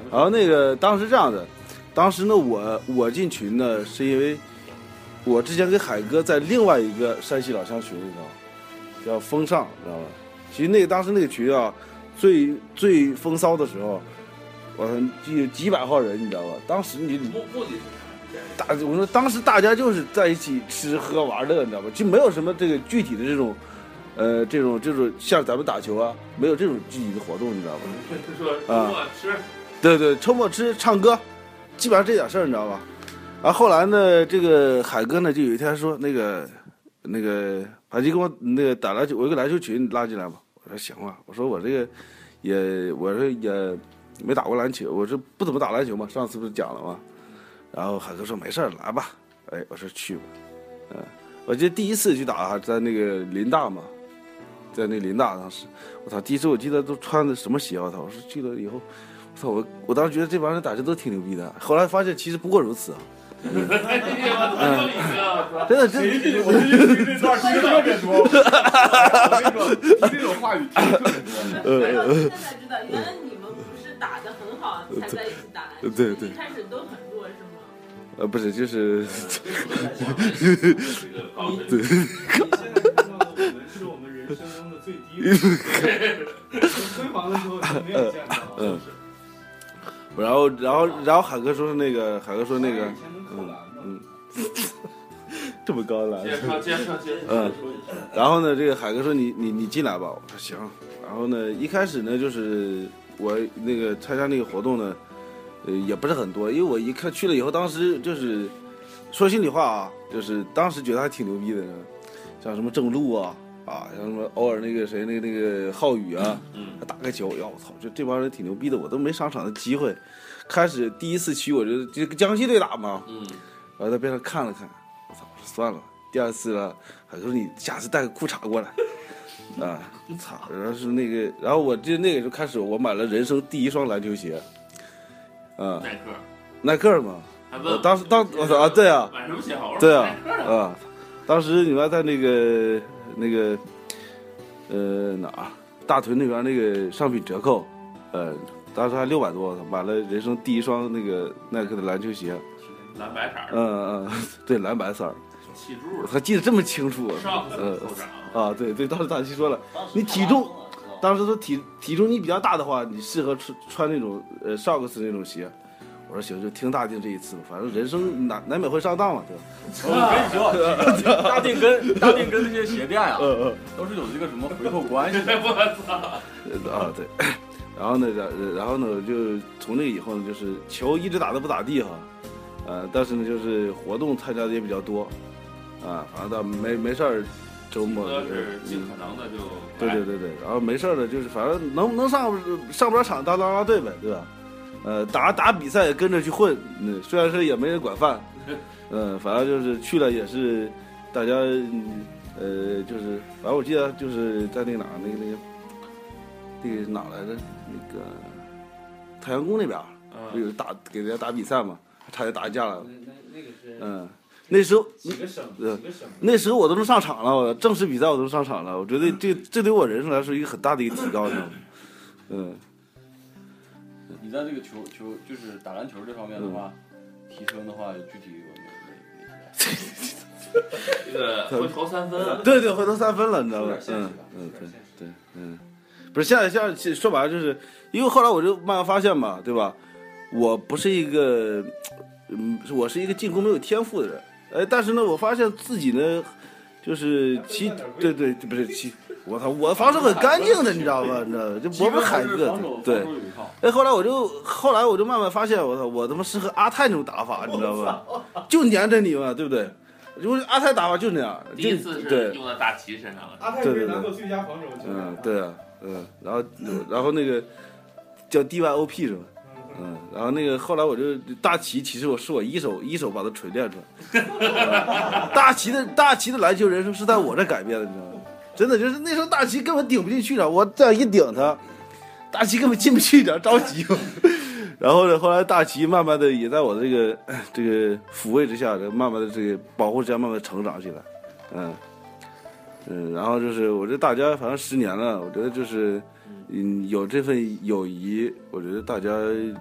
然后那个当时这样的，当时呢我我进群呢是因为我之前跟海哥在另外一个山西老乡群，你知道吗？叫风尚，知道吧？其实那个当时那个群啊，最最风骚的时候，我就有几百号人，你知道吧？当时你目目的是大，我说当时大家就是在一起吃喝玩乐，你知道吧？就没有什么这个具体的这种，呃，这种这种像咱们打球啊，没有这种具体的活动，你知道吧？ 说周末吃， 对对，周末吃唱歌，基本上这点事儿，你知道吧？然后后来呢，这个海哥呢就有一天说，那个那个海基给我那个打篮球，我有个篮球群，你拉进来吧。我说行吧，我说我这个也我说也没打过篮球，我说不怎么打篮球嘛，上次不是讲了吗？然后海哥说没事儿，来吧。哎，我说去吧。嗯，我记得第一次去打在那个林大嘛，在那林大当时，我操，第一次我记得都穿的什么鞋，我操，我说去了以后，我操，我我当时觉得这帮人打球都挺牛逼的，后来发现其实不过如此啊。嗯，真的真的， 我们这段听的特别多，我跟你说，听这种话语听的特别多。 呃，现在知道，原来你们不是打得很好才在一起打篮球， 对对， 一开始都很弱是吗？ 呃，不是，就是， 对。你现在看到的我们是我们人生中的最低谷，辉煌的时候就没有见到。 嗯。然后，然后，然后海哥说那个，海哥说那个。嗯嗯，这么高的篮接上接上接嗯，然后呢，这个海哥说你你你进来吧，我说行。然后呢，一开始呢，就是我那个参加那个活动呢，呃，也不是很多，因为我一看去了以后，当时就是说心里话啊，就是当时觉得还挺牛逼的，像什么郑路啊啊，像什么偶尔那个谁那个那个浩宇啊，嗯，他打个球，呀我操，就这帮人挺牛逼的，我都没上场的机会。开始第一次去，我就就江西队打嘛，嗯，然后在边上看了看，我操，我说算了。第二次了，海哥说你下次带个裤衩过来，啊，操，然后是那个，然后我记得那个时候开始，我买了人生第一双篮球鞋，啊， 耐克， 耐克嘛，我当时当我操啊，对啊， 买什么鞋好？ 对啊，啊，当时你们在那个那个呃哪儿大屯那边那个商品折扣，呃。当时还六百多，买了人生第一双那个耐克的篮球鞋， 蓝白色。 嗯嗯，对，蓝白色。 气柱， 我还记得这么清楚。嗯啊，对对，当时大七说了，你体重，当时说体体重你比较大的话，你适合穿穿那种呃少克斯那种鞋。我说行，就听大定这一次，反正人生难难免会上当嘛，对吧？ 我跟你说，大定跟大定跟那些鞋店啊，都是有这个什么回扣关系的。 我操！ 啊，对。然后呢，然然后呢，就从那以后呢，就是球一直打得不咋地哈，呃，但是呢，就是活动参加的也比较多，啊，反正到没没事儿，周末是尽可能的就对对对对，然后没事儿的，就是反正能能上上不了场当啦啦队呗，对吧？呃，打打比赛也跟着去混，嗯，虽然说也没人管饭，嗯，反正就是去了也是大家，呃，就是反正我记得就是在那个哪那个那个。那个哪来的？那个太阳宫那边，不有打给人家打比赛嘛，差点打架了。 那那个是嗯，那时候几个省， 呃几个省， 那时候我都能上场了，正式比赛我都上场了。我觉得这这对我人生来说一个很大的一个提高，你知道吗？嗯。 你在这个球球就是打篮球这方面的话，提升的话，具体有哪哪些？ 这个会投三分， 对对，会投三分了，你知道吗？嗯嗯，对对嗯。不是现在，现在说白了就是，因为后来我就慢慢发现嘛，对吧？我不是一个，嗯，我是一个进攻没有天赋的人，哎，但是呢，我发现自己呢，就是其对对，不是其，我操，我防守很干净的，你知道吧？你知道吧？就我们海哥，对，哎，后来我就后来我就慢慢发现，我操，我他妈适合阿泰那种打法，你知道吧？就黏着你嘛，对不对？因为阿泰打法就那样， 第一次是用在大齐身上了， 阿泰是拿过最佳防守球员， 嗯，对啊。嗯，然后，然后那个叫 D Y O P 是吧？嗯，然后那个后来我就大齐，其实我是我一手一手把它锤炼出来。嗯、大齐的大齐的篮球人生是在我这改变的，你知道吗？真的就是那时候大齐根本顶不进去了，我这样一顶他，大齐根本进不去，着着急。然后呢，后来大齐慢慢的也在我的这个这个抚慰之下，慢慢的这个保护之下，慢慢成长起来。嗯。嗯，然后就是我觉得大家反正十年了，我觉得就是，嗯，有这份友谊，我觉得大家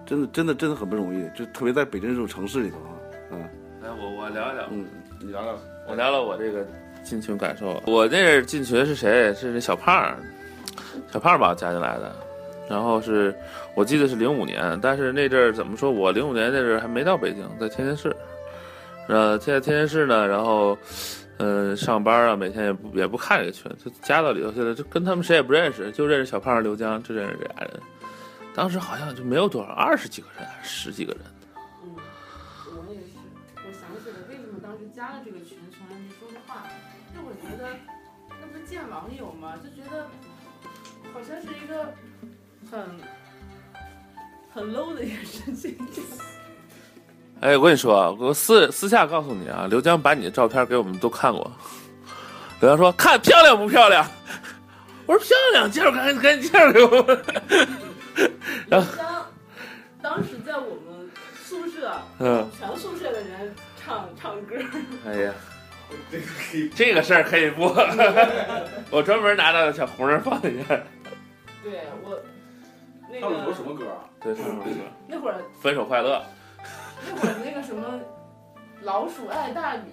真的真的真的很不容易，就特别在北京这种城市里头啊，嗯。 来，我我聊一聊， 嗯，你聊聊， 我聊聊我这个进群感受。我那阵进群是谁？是这小胖，小胖把我加进来的。然后是我记得是零五年，但是那阵儿怎么说？我零五年那阵儿还没到北京，在天津市。呃，在天津市呢，然后，呃，上班啊，每天也不也不看这个群，就加到里头去了，就跟他们谁也不认识，就认识小胖、刘江，就认识这俩人。当时好像就没有多少，二十几个人还是十几个人。 嗯，我也是，我想起来为什么当时加了这个群，从来没说过话。就我觉得，那不是见网友吗？就觉得好像是一个很很 low 的一个事情。 哎，我跟你说，我私私下告诉你啊，刘江把你的照片给我们都看过。刘江说：“看漂亮不漂亮？”我说：“漂亮，介绍赶紧赶紧介绍给我们。”然后当时在我们宿舍， 嗯， 全宿舍的人唱唱歌。 哎呀，这个事儿可以播，我专门拿到小红人放一下。 对我，那个唱的什么歌啊？ 对，唱什么歌？ 那会儿分手快乐。 那会儿那个什么老鼠爱大米。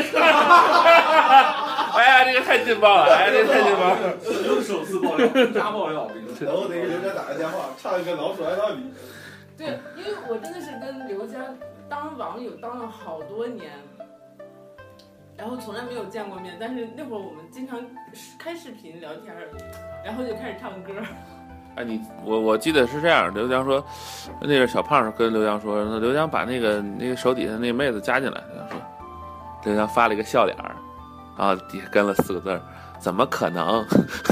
哎呀，这个太劲爆了！哎呀，这个太劲爆了！ 又是首次爆料，大爆料！我跟你说， 然后得给刘江打个电话，唱一个老鼠爱大米。 对，因为我真的是跟刘江当网友当了好多年，然后从来没有见过面，但是那会儿我们经常开视频聊天，然后就开始唱歌。 哎，你我我记得是这样，刘江说，那个小胖跟刘江说，那刘江把那个那个手底下那个妹子加进来，刘江说，刘江发了一个笑脸儿，然后底下跟了四个字儿，怎么可能？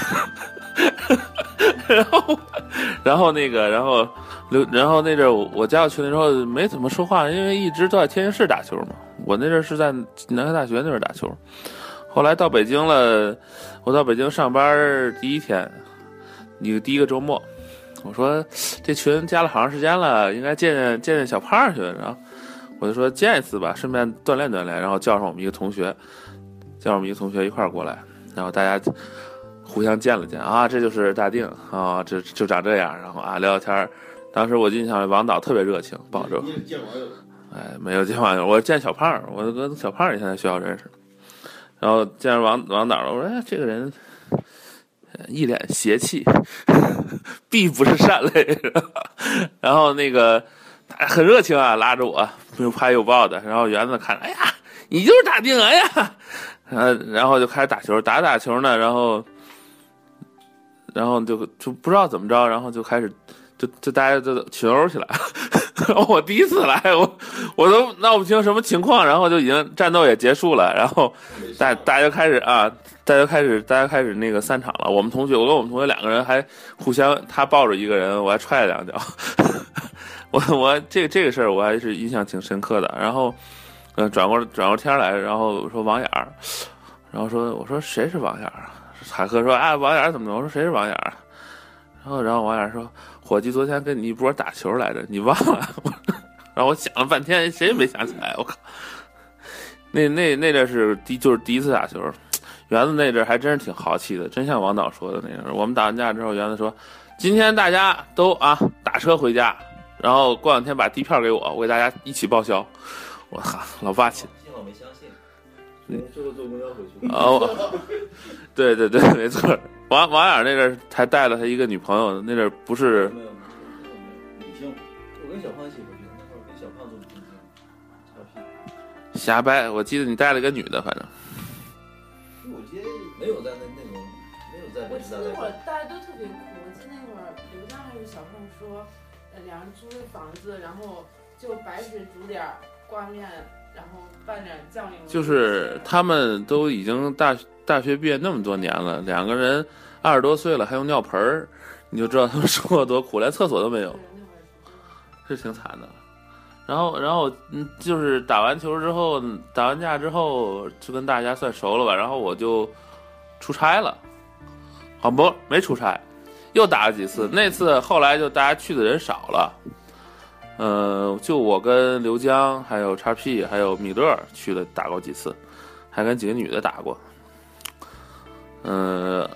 然后，然后那个，然后刘，然后那阵儿我加到群里之后没怎么说话，因为一直都在天津市打球嘛。我那阵儿是在南开大学那边打球，后来到北京了，我到北京上班第一天。一个第一个周末，我说这群加了好长时间了，应该见见见见小胖去。然后我就说见一次吧，顺便锻炼锻炼。然后叫上我们一个同学，叫上我们一个同学一块儿过来，然后大家互相见了见啊，这就是大定啊，这就长这样。然后啊聊聊天。当时我印象里王导特别热情，抱着。 你也见网友？ 哎，没有见网友，我见小胖，我跟小胖以前在学校认识。然后见着王王导了，我说哎，这个人。一脸邪气，必不是善类。然后那个很热情啊，拉着我又拍又抱的。然后园子看，哎呀，你就是大定哎呀，呃，然后就开始打球，打打球呢，然后，然后就就不知道怎么着，然后就开始就就大家就群殴起来。然后我第一次来，我我都闹不清什么情况，然后就已经战斗也结束了，然后大大家就开始啊。大家开始，大家开始那个散场了。我们同学，我跟我们同学两个人还互相，他抱着一个人，我还踹了两脚。我我这个这个事儿我还是印象挺深刻的。然后，嗯、呃，转过转过天来，然后说王眼儿，然后说我说谁是王眼儿啊？海哥说啊王眼儿怎么的？我说谁是王眼儿？然后然后王眼儿说伙计昨天跟你一波打球来着，你忘了？然后我想了半天，谁也没想起来。我靠，那那那阵是第就是第一次打球。园子那阵还真是挺豪气的，真像王导说的那样。我们打完架之后，园子说：“今天大家都啊打车回家，然后过两天把地票给我，我给大家一起报销。”我靠，老霸气！ 幸好没相信，最后坐公交回去。 哦，对对对，没错。王王眼那阵还带了他一个女朋友，那阵不是没有没有没有理性。我跟小胖一起回去，那会儿跟小胖坐天津，差屁。 瞎掰。我记得你带了个女的，反正。 我记得没有在那那种没有在。 我记得那会儿大家都特别酷，我记得那会儿刘江还是小胖说，呃，两人租了房子，然后就白水煮点挂面，然后拌点酱油。 就是他们都已经大大学毕业那么多年了，两个人二十多岁了还用尿盆儿，你就知道他们生活多苦，连厕所都没有，是挺惨的。然后，然后，嗯，就是打完球之后，打完架之后，就跟大家算熟了吧。然后我就出差了，好不没出差，又打了几次。那次后来就大家去的人少了，呃，就我跟刘江，还有叉 P， 还有米勒去了打过几次，还跟几个女的打过。嗯、呃，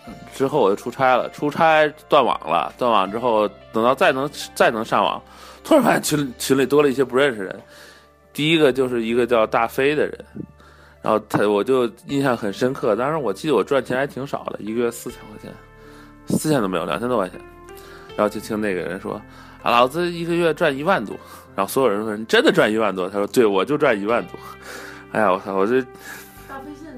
之后我就出差了，出差断网了，断网之后等到再能再能上网，突然发现群群里多了一些不认识人。第一个就是一个叫大飞的人，然后他我就印象很深刻。当时我记得我赚钱还挺少的，一个月四千块钱，四千都没有，两千多块钱。然后就听那个人说啊，老子一个月赚一万多。然后所有人说你真的赚一万多？他说对，我就赚一万多。哎呀，我操，我这大飞现在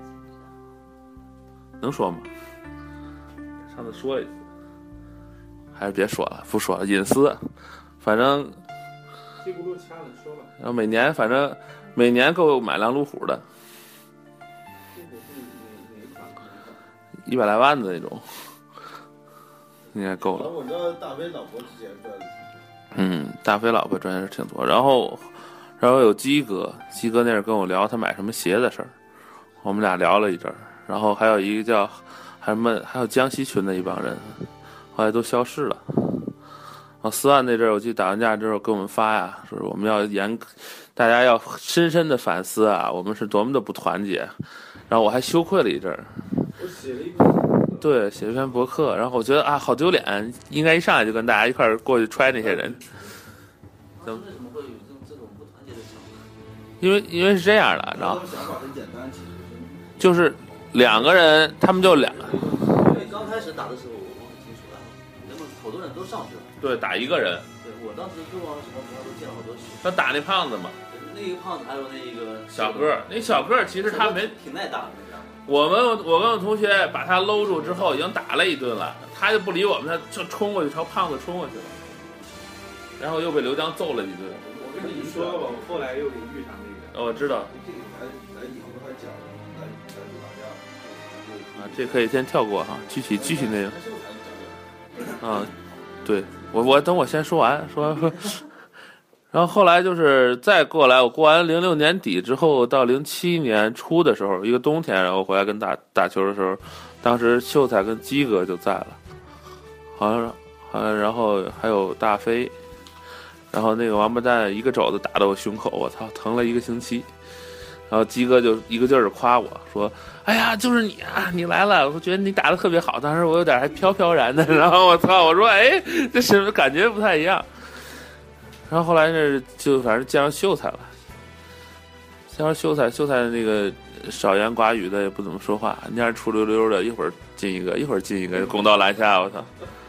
能说吗？上次说了一次，还是别说了，不说了，隐私。反正这轱辘掐了，说吧。 然后每年反正每年够买辆路虎的，一百来万的那种，应该够了。 我知道大飞老婆之前赚的。 嗯，大飞老婆赚的是挺多。然后，然后有鸡哥，鸡哥那是跟我聊他买什么鞋的事儿，我们俩聊了一阵儿。然后还有一个叫还什么，还有江西群的一帮人，后来都消失了。然后四万那阵儿，我记得打完架之后给我们发呀，说是我们要严，大家要深深的反思啊，我们是多么的不团结。然后我还羞愧了一阵儿。 我写了一篇， 对，写了一篇博客，然后我觉得啊，好丢脸，应该一上来就跟大家一块儿过去揣那些人。 为什么会有这种这种不团结的想法？ 因为因为是这样的，然后想法很简单，其实就是两个人，他们就两个。 因为刚开始打的时候，我我很清楚的，那么好多人都上去了。 对，打一个人。 对，我当时跟王什么朋友都见了好多次。 他打那胖子嘛。 那个胖子还有那个小个儿，那小个儿其实他没挺耐打的，你知道吗？ 我们我跟我同学把他搂住之后，已经打了一顿了，他就不理我们，他就冲过去朝胖子冲过去了，然后又被刘江揍了一顿。 我跟你说过吧，我后来又给遇上那个。 哦，我知道。 这个咱咱以后还讲，咱咱就打架。 啊，这可以先跳过哈，具体具体内容。啊，对我我等我先说完说说。然后后来就是再过来，我过完零六年底之后，到零七年初的时候，一个冬天，然后回来跟打打球的时候，当时秀才跟鸡哥就在了，好像好像然后还有大飞，然后那个王八蛋一个肘子打到我胸口，我操，疼了一个星期。然后鸡哥就一个劲儿的夸我说：“哎呀，就是你啊，你来了，我觉得你打得特别好。”当时我有点还飘飘然的，然后我操，我说：“哎，这是不是感觉不太一样？”然后后来是就反正见上秀才了，见上秀才，秀才那个少言寡语的，也不怎么说话，蔫儿出溜溜的，一会儿进一个，一会儿进一个，攻到篮下，我操！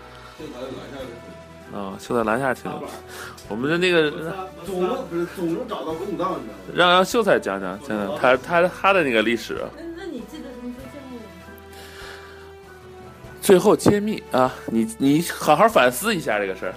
啊，秀才篮下挺，我们的那个总能不是总能找到空档，你知道吗？ 让让秀才讲讲讲讲他他他的那个历史。 那那你记得什么时候见过我吗？ 最后揭秘啊，你你好好反思一下这个事儿。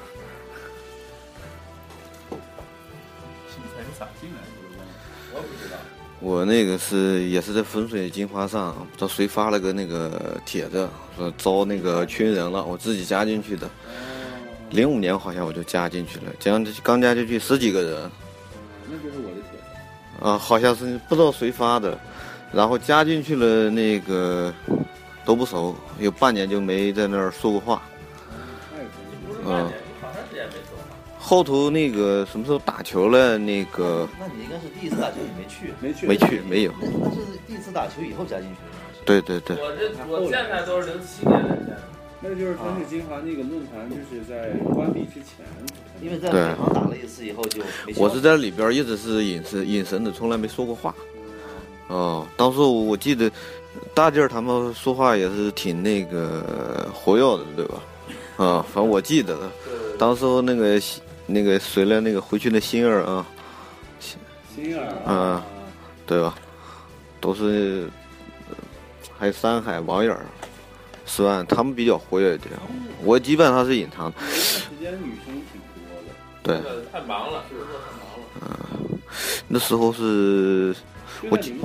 我那个是也是在汾水金华上，不知道谁发了个那个帖子，说招那个群人了，我自己加进去的。零五年好像我就加进去了，刚刚加进去十几个人。 那就是我的帖子。 啊，好像是不知道谁发的，然后加进去了，那个都不熟，有半年就没在那儿说过话。嗯。后头那个什么时候打球了？那个， 那你应该是第一次打球，你没去， 没去， 没去，没有。 那是第一次打球以后加进去的。 对对对。 我这我现在都是零七年的见。 那就是汾水金华那个论坛，就是在关闭之前。 因为在北方打了一次以后就没。 我是在里边一直是隐身隐身的，从来没说过话。哦，当时我记得大劲儿他们说话也是挺那个活跃的，对吧？啊，反正我记得的，当时那个。那个随了那个回去的星儿啊， 星儿啊，对吧？都是，还有山海、王眼儿、石万，他们比较活跃一点。我基本上是隐藏。 时间女生挺多的。 对。 太忙了，是不是太忙了？ 嗯，那时候是，我记，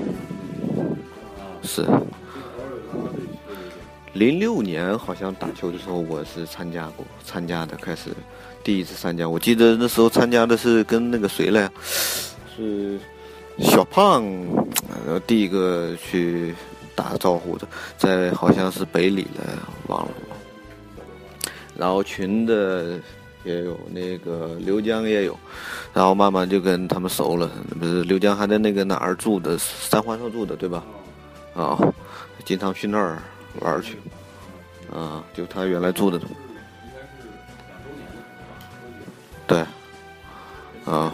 是。零六年好像打球的时候，我是参加过，参加的开始。第一次参加，我记得那时候参加的是跟那个谁来，是小胖，呃，第一个去打招呼的，在好像是北里的，忘了。然后群的也有，那个刘江也有，然后慢慢就跟他们熟了。不是刘江还在那个哪儿住的，三环上住的，对吧？啊、哦，经常去那儿玩去。啊，就他原来住的。对。啊。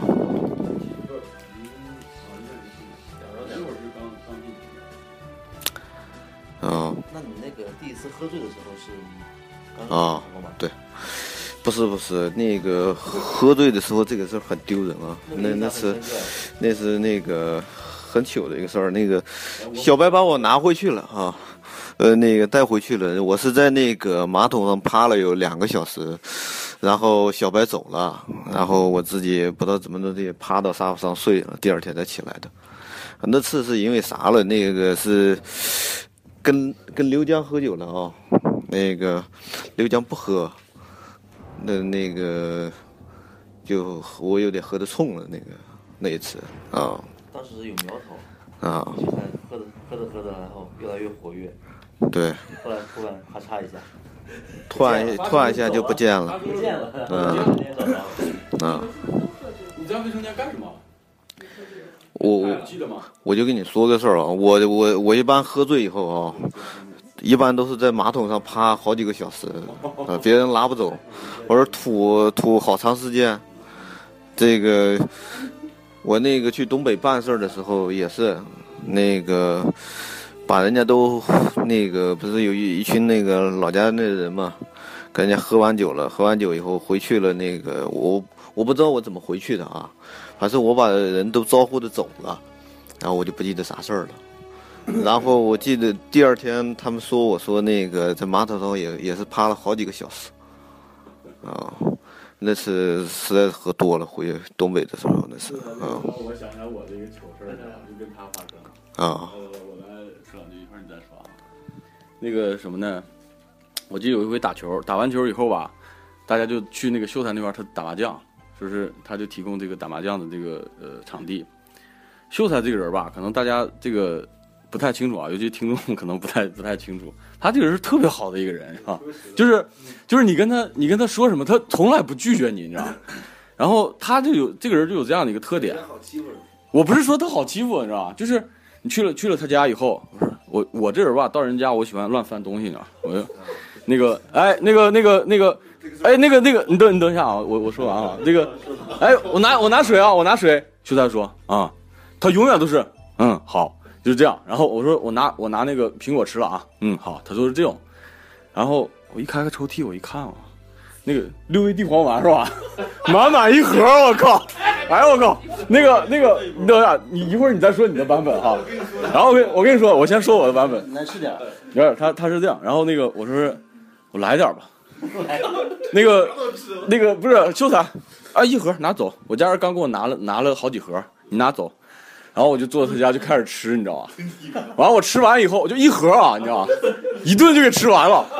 啊。 那你那个第一次喝醉的时候是刚啊？对。不是不是，那个喝醉的时候这个事儿很丢人啊。那那是那是那个很糗的一个事儿。那个小白把我拿回去了啊，呃，那个带回去了。我是在那个马桶上趴了有两个小时，然后小白走了，然后我自己不知道怎么的也趴到沙发上睡了，第二天才起来的。那次是因为啥了？那个是跟跟刘江喝酒了啊，那个刘江不喝。那那个，就我有点喝得冲了，那个那一次啊。 当时有苗头啊。 喝着喝着喝着，然后越来越活跃。 对。 后来突然咔嚓一下。 突然突然一下就不见了。 不见了。 嗯。啊。 你在卫生间干什么？ 我我我就跟你说个事儿啊，我我我一般喝醉以后啊。一般都是在马桶上趴好几个小时，呃，别人拉不走，或者吐吐好长时间。这个我那个去东北办事的时候也是，那个把人家都那个不是有一一群那个老家那人嘛，跟人家喝完酒了，喝完酒以后回去了，那个我我不知道我怎么回去的啊，反正我把人都招呼着走了，然后我就不记得啥事儿了。然后我记得第二天他们说我说那个在马桶上也也是趴了好几个小时，啊，那次实在是喝多了，回东北的时候那是啊。 我想想我这个糗事儿呢，就跟他发生。 啊。 呃，我来说两句，一会儿你再说啊。那个什么呢？我记得有一回打球，打完球以后吧，大家就去那个秀才那边，他打麻将，就是他就提供这个打麻将的这个呃场地。秀才这个人吧，可能大家这个。不太清楚啊，尤其听众可能不太不太清楚。他这个人是特别好的一个人啊，就是就是你跟他你跟他说什么，他从来不拒绝你，你知道。然后他就有这个人就有这样的一个特点。我不是说他好欺负，你知道吧？就是你去了去了他家以后，我我这人吧，到人家我喜欢乱翻东西，你知道。我就那个哎那个那个那个哎那个那个你等你等一下啊，我我说完啊，那个哎我拿我拿水啊，我拿水。秀才说啊，他永远都是嗯好。就是这样，然后我说我拿我拿那个苹果吃了啊，嗯好，他说是这种，然后我一开开抽屉，我一看啊，那个六味地黄丸是吧，满满一盒，我靠，哎我靠，那个那个，你等一下，你一会儿你再说你的版本哈，然后我跟我跟你说，我先说我的版本， 来吃点， 有点他他是这样，然后那个我说我来点吧，那个那个不是秀才，啊一盒拿走，我家人刚给我拿了拿了好几盒，你拿走。然后我就坐他家就开始吃，你知道吧？完了我吃完以后，我就一盒啊，你知道吧？一顿就给吃完了。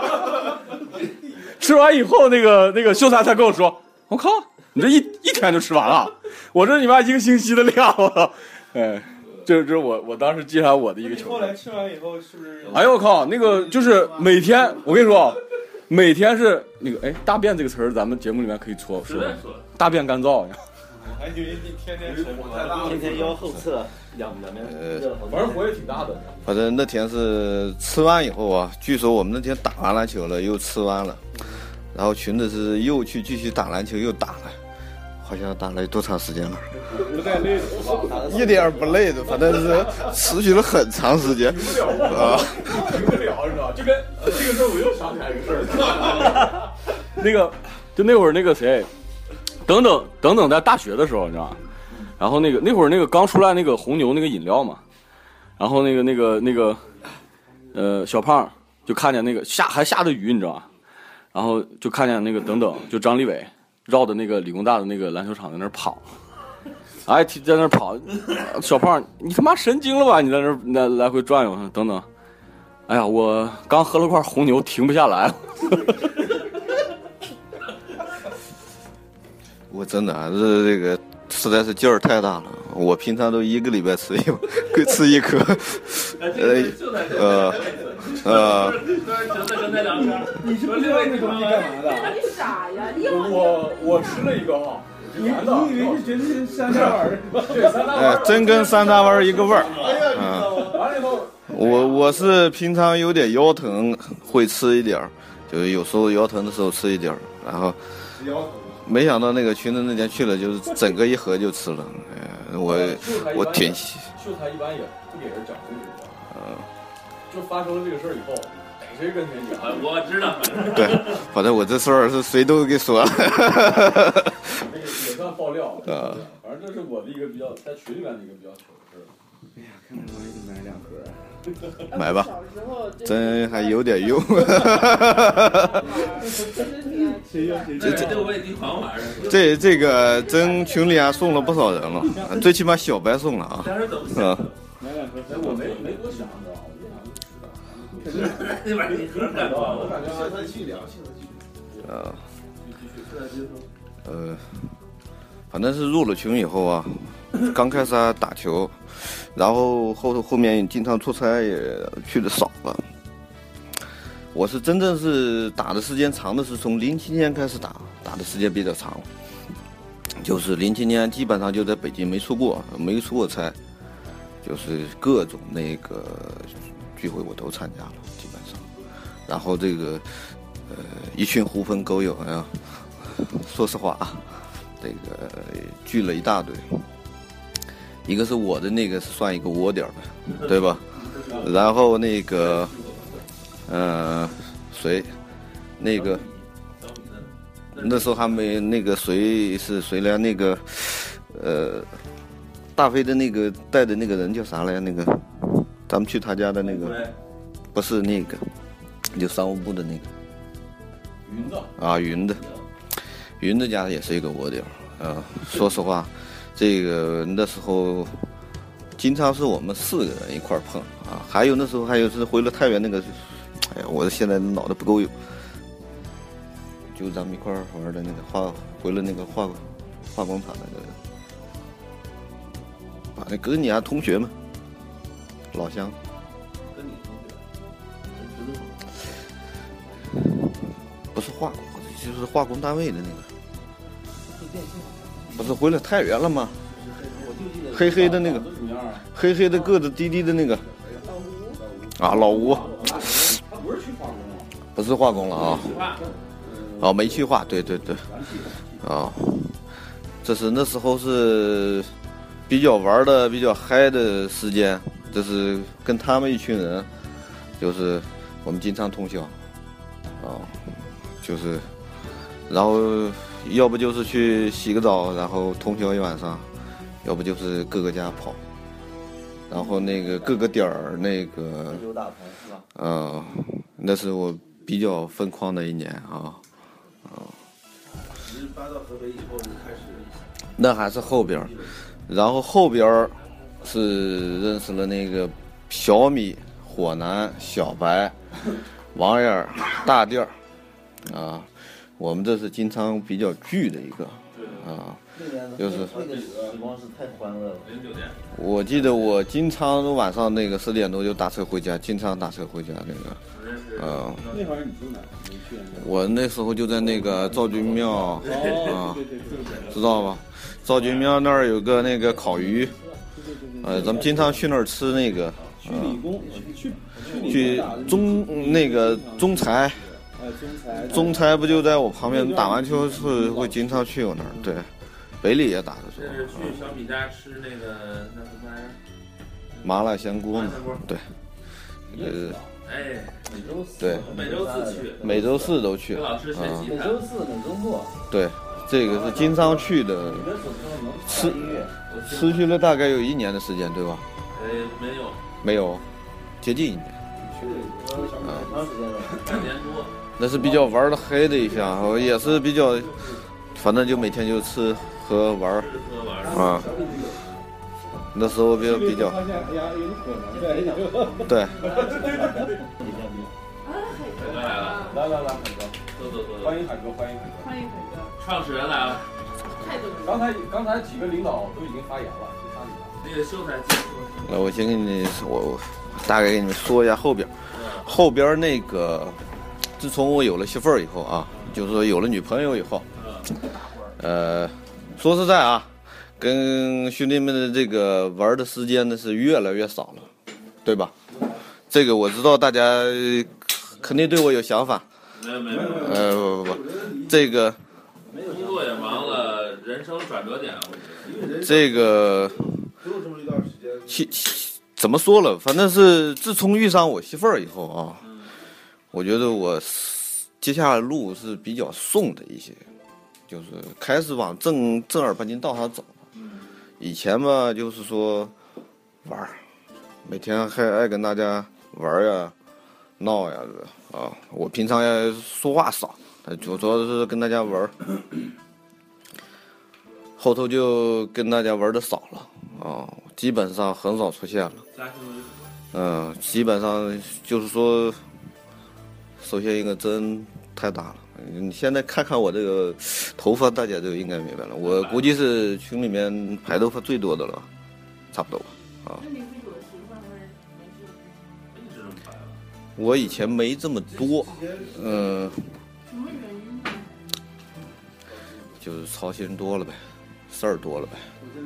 吃完以后，那个那个秀才才跟我说：“我靠，你这一一天就吃完了，我这你妈一个星期的量了。”哎，这这是我我当时记下来我的一个糗事。 后来吃完以后是不是？ 哎呦我靠，那个就是每天，我跟你说，每天是那个哎大便这个词儿，咱们节目里面可以说说大便干燥。 还以为你天天天天腰后侧两两边， 呃，反正火也挺大的。 反正那天是吃完以后啊，据说我们那天打完篮球了，又吃完了，然后群子是又去继续打篮球，又打了，好像打了多长时间了？ 不太累的， 一点不累的，反正是持续了很长时间啊。 停不了，是吧？就跟这个事儿，我又想起来一个事儿，那个就那会儿那个谁。等等等等，在大学的时候，你知道吧？然后那个那会儿那个刚出来那个红牛那个饮料嘛，然后那个那个那个，呃，小胖就看见那个下还下着雨，你知道吧？然后就看见那个等等，就张立伟绕着那个理工大的那个篮球场在那儿跑，哎，在那儿跑，小胖你他妈神经了吧？你在那儿来来回转悠等等，哎呀，我刚喝了块红牛，停不下来了。 我真的啊，这这个实在是劲儿太大了。我平常都一个礼拜吃一，会吃一颗。呃呃。 你是不知道那东西干嘛的？ 你傻呀！ 我我吃了一个哈， 你你以为是觉得是山楂丸是吧？对，山楂哎，真跟山楂丸一个味儿。啊， 完了以后， 我我是平常有点腰疼会吃一点儿，就是有时候腰疼的时候吃一点儿，然后没想到那个群子那天去了，就是整个一盒就吃了。哎，我我挺喜。 秀才一般也不给人讲故事，嗯，就发生了这个事儿以后，逮谁跟谁讲。 我知道， 对，反正我这事儿是谁都给说了。 那个也算爆料啊。 反正这是我的一个比较在群里面的一个比较糗的事儿。 哎呀，看看我也得买两盒。 买吧，真还有点用。 这这我已经还完了。 这这个真群里还送了不少人了，最起码小白送了啊。嗯。 买两盒，哎，我没没多想，你知道吗？我就想吃的。 那玩意儿很感动， 我感觉现在气凉，现在气凉。 啊。呃，反正是入了群以后啊，刚开始还打球。然后后后面经常出差也去的少了。我是真正是打的时间长的是从零七年开始打，打的时间比较长了。就是零七年基本上就在北京没出过，没出过差，就是各种那个聚会我都参加了，基本上。然后这个呃一群狐朋狗友呀，说实话啊，这个聚了一大堆。一个是我的那个是算一个窝点呗，对吧？然后那个，呃，谁，那个，那时候还没那个谁是谁来？那个，呃，大飞的那个带的那个人叫啥来？那个，咱们去他家的那个，不是那个，就商务部的那个， 云子啊，云的，云的家也是一个窝点，呃，说实话。这个那时候经常是我们四个人一块儿碰啊，还有那时候还有是回了太原那个，哎呀，我现在脑袋不够用，就咱们一块儿玩的那个化回了那个化化工厂那个，啊，那跟你还同学嘛，老乡。 跟你同学， 不是化工，就是化工单位的那个。不是回了太原了吗？黑黑的那个，黑黑的个子低低的那个，啊，老吴， 他不是去化工了， 不是化工了啊，哦，煤气化，对对对，啊，这是那时候是比较玩的比较嗨的时间，这是跟他们一群人，就是我们经常通宵，啊，就是，然后。要不就是去洗个澡，然后通宵一晚上；要不就是各个家跑，然后那个各个点儿那个，呃，那是我比较疯狂的一年啊，啊。 其实搬到河北以后就开始， 那还是后边，然后后边是认识了那个小米、火男、小白、王爷、大店儿，啊。我们这是经常比较聚的一个，啊，就是那个时光是太欢乐了。 我记得我经常晚上那个十点多就打车回家，经常打车回家那个，嗯。 那会儿你住哪？ 我那时候就在那个赵君庙，啊，知道吧？赵君庙那儿有个那个烤鱼，呃，咱们经常去那儿吃那个， 去理工，去去中那个中财。中财不就在我旁边？打完球是会经常去我那儿。对，北里也打的时候。 这是去小米家吃那个那什么玩意儿？ 麻辣香锅呢？对，呃， 哎， 每周四， 对， 每周四去， 每周四都去。 跟老师学习。 每周四，每周末。 对，这个是经常去的。吃吃去了大概有一年的时间，对吧？ 呃，没有， 没有，接近一年。 啊，长时间了， 半年多。 那是比较玩的嗨的一下，我也是比较，反正就每天就吃喝玩啊。那时候比较比较，对。 海哥来了， 来来来，海哥， 坐坐坐， 欢迎海哥，欢迎海哥， 欢迎海哥， 创始人来了。 刚才刚才几个领导都已经发言了，就差你了。 那个秀才继续说。 那我先给你我大概给你们说一下后边，后边那个。自从我有了媳妇儿以后啊，就是说有了女朋友以后，呃， 说实在啊，跟兄弟们的这个玩的时间呢是越来越少了，对吧？这个我知道大家肯定对我有想法。 没有没有。 呃不不不，这个工作也忙了，人生转折点， 这个其其怎么说了？反正是自从遇上我媳妇儿以后啊，我觉得我接下来的路是比较顺的一些，就是开始往正正儿八经道上走。以前嘛，就是说玩儿，每天还爱跟大家玩呀、闹呀的啊。我平常也说话少，就主要是跟大家玩儿，后头就跟大家玩的少了啊，基本上很少出现了。嗯，基本上就是说，首先一个针太大了。你现在看看我这个头发，大家就应该明白了。我估计是群里面排头发最多的了，差不多吧。啊。我以前没这么多，嗯、呃，就是操心多了呗，事儿多了呗。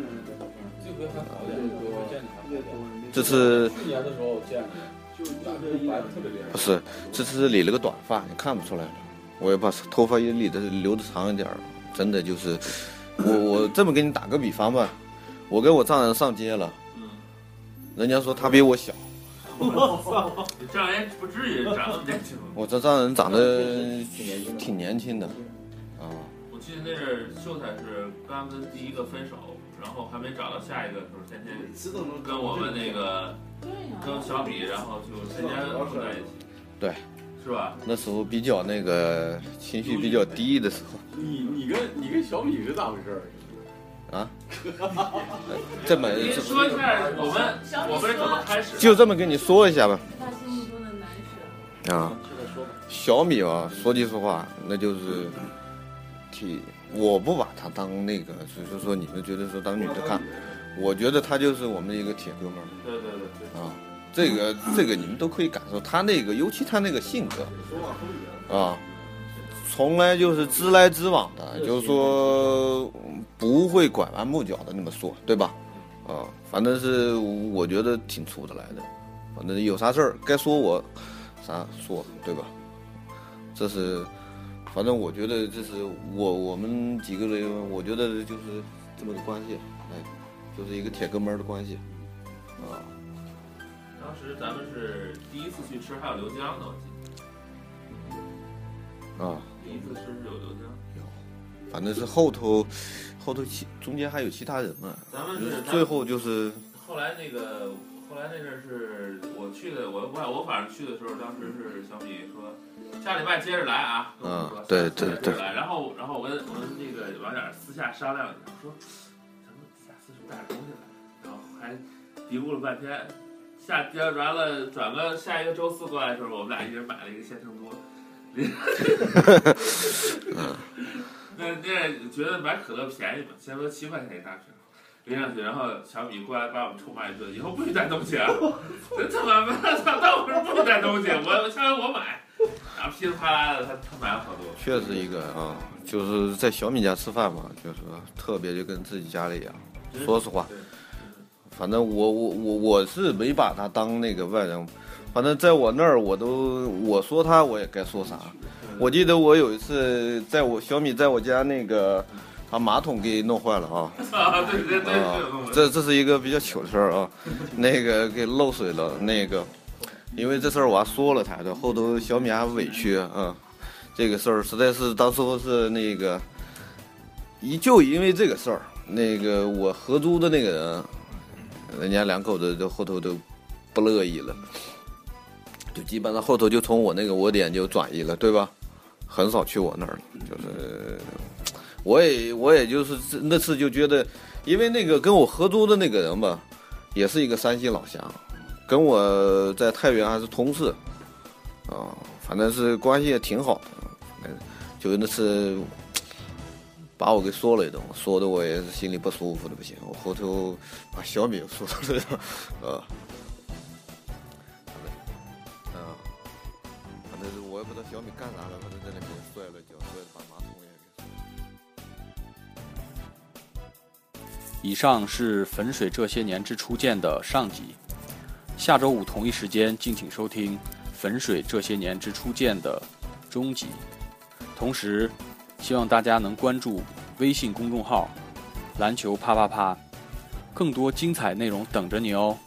这次去年的时候见你，就白的特别厉害。 不是，这次理了个短发，你看不出来了。我也把头发也理的留的长一点，真的就是，我我这么给你打个比方吧，我跟我丈人上街了，人家说他比我小。 我操！你丈人不至于长那么年轻。 我这丈人长得挺年轻的，啊。 我记得那阵儿秀才是刚跟第一个分手，然后还没找到下一个的时候，天天跟我们那个跟小米，然后就天天混在一起。 对。 是吧？ 那时候比较那个情绪比较低的时候。 你你跟你跟小米是咋回事儿？啊？这么你说一下我们我们怎么开始？ 就这么跟你说一下吧。 他心目中的男神。 啊，小米啊，说句实话，那就是挺，我不把他当那个，就是说你们觉得说当女的看，我觉得他就是我们的一个铁哥们儿。 对对对对。 啊。这个这个你们都可以感受，他那个尤其他那个性格，啊，从来就是直来直往的，就是说不会拐弯抹角的那么说，对吧？啊，反正是我觉得挺处得来的，反正有啥事儿该说我啥说，对吧？这是，反正我觉得这是我我们几个人，我觉得就是这么个关系，哎，就是一个铁哥们儿的关系，啊。 当时咱们是第一次去吃，还有刘江的，我记得。啊。 第一次吃是有刘江。 有。反正是后头，后头其中间还有其他人嘛。 咱们是最后就是。 后来那个，后来那阵是我去的，我我我反正去的时候，当时是小米说，下礼拜接着来啊。跟我说。 啊，对对对。 然后然后我跟我跟那个王点私下商量一下，说咱们下次是带着东西来，然后还嘀咕了半天。下接完了，转个下一个周四过来的时候，我们俩一人买了一个鲜橙多。那那觉得买可乐便宜嘛，先说七块钱一大瓶，拎上去，然后小米过来把我们臭骂一顿，以后不许带东西啊！真他妈的，他当时不许带东西，我下回我买，然后噼里啪啦的，他他买了好多。 确实一个啊，就是在小米家吃饭嘛，就是特别就跟自己家里一样，说实话。反正我我我我是没把他当那个外人，反正在我那儿我都我说他我也该说啥。我记得我有一次在我小米在我家那个把马桶给弄坏了啊， 啊对对对， 啊、这这是一个比较糗的事儿啊，那个给漏水了，那个因为这事儿我还说了他的，后头小米还委屈啊，这个事儿实在是当时是那个一就因为这个事儿，那个我合租的那个人。人家两口子就后头都不乐意了，就基本上后头就从我那个窝点就转移了，对吧？很少去我那儿了。就是我也我也就是那次就觉得，因为那个跟我合租的那个人吧，也是一个山西老乡，跟我在太原还是同事啊，反正是关系也挺好的。就那次。把我给说了一顿，说的我也是心里不舒服的不行。我后头把小米说了，呃，啊，反正我也不知道小米干啥了，反正在那边摔了跤，摔了把马桶也给摔了。 以上是《汾水这些年之初见》的上集，下周五同一时间敬请收听《汾水这些年之初见》的中集。同时，希望大家能关注微信公众号“篮球啪啪啪”，更多精彩内容等着你哦。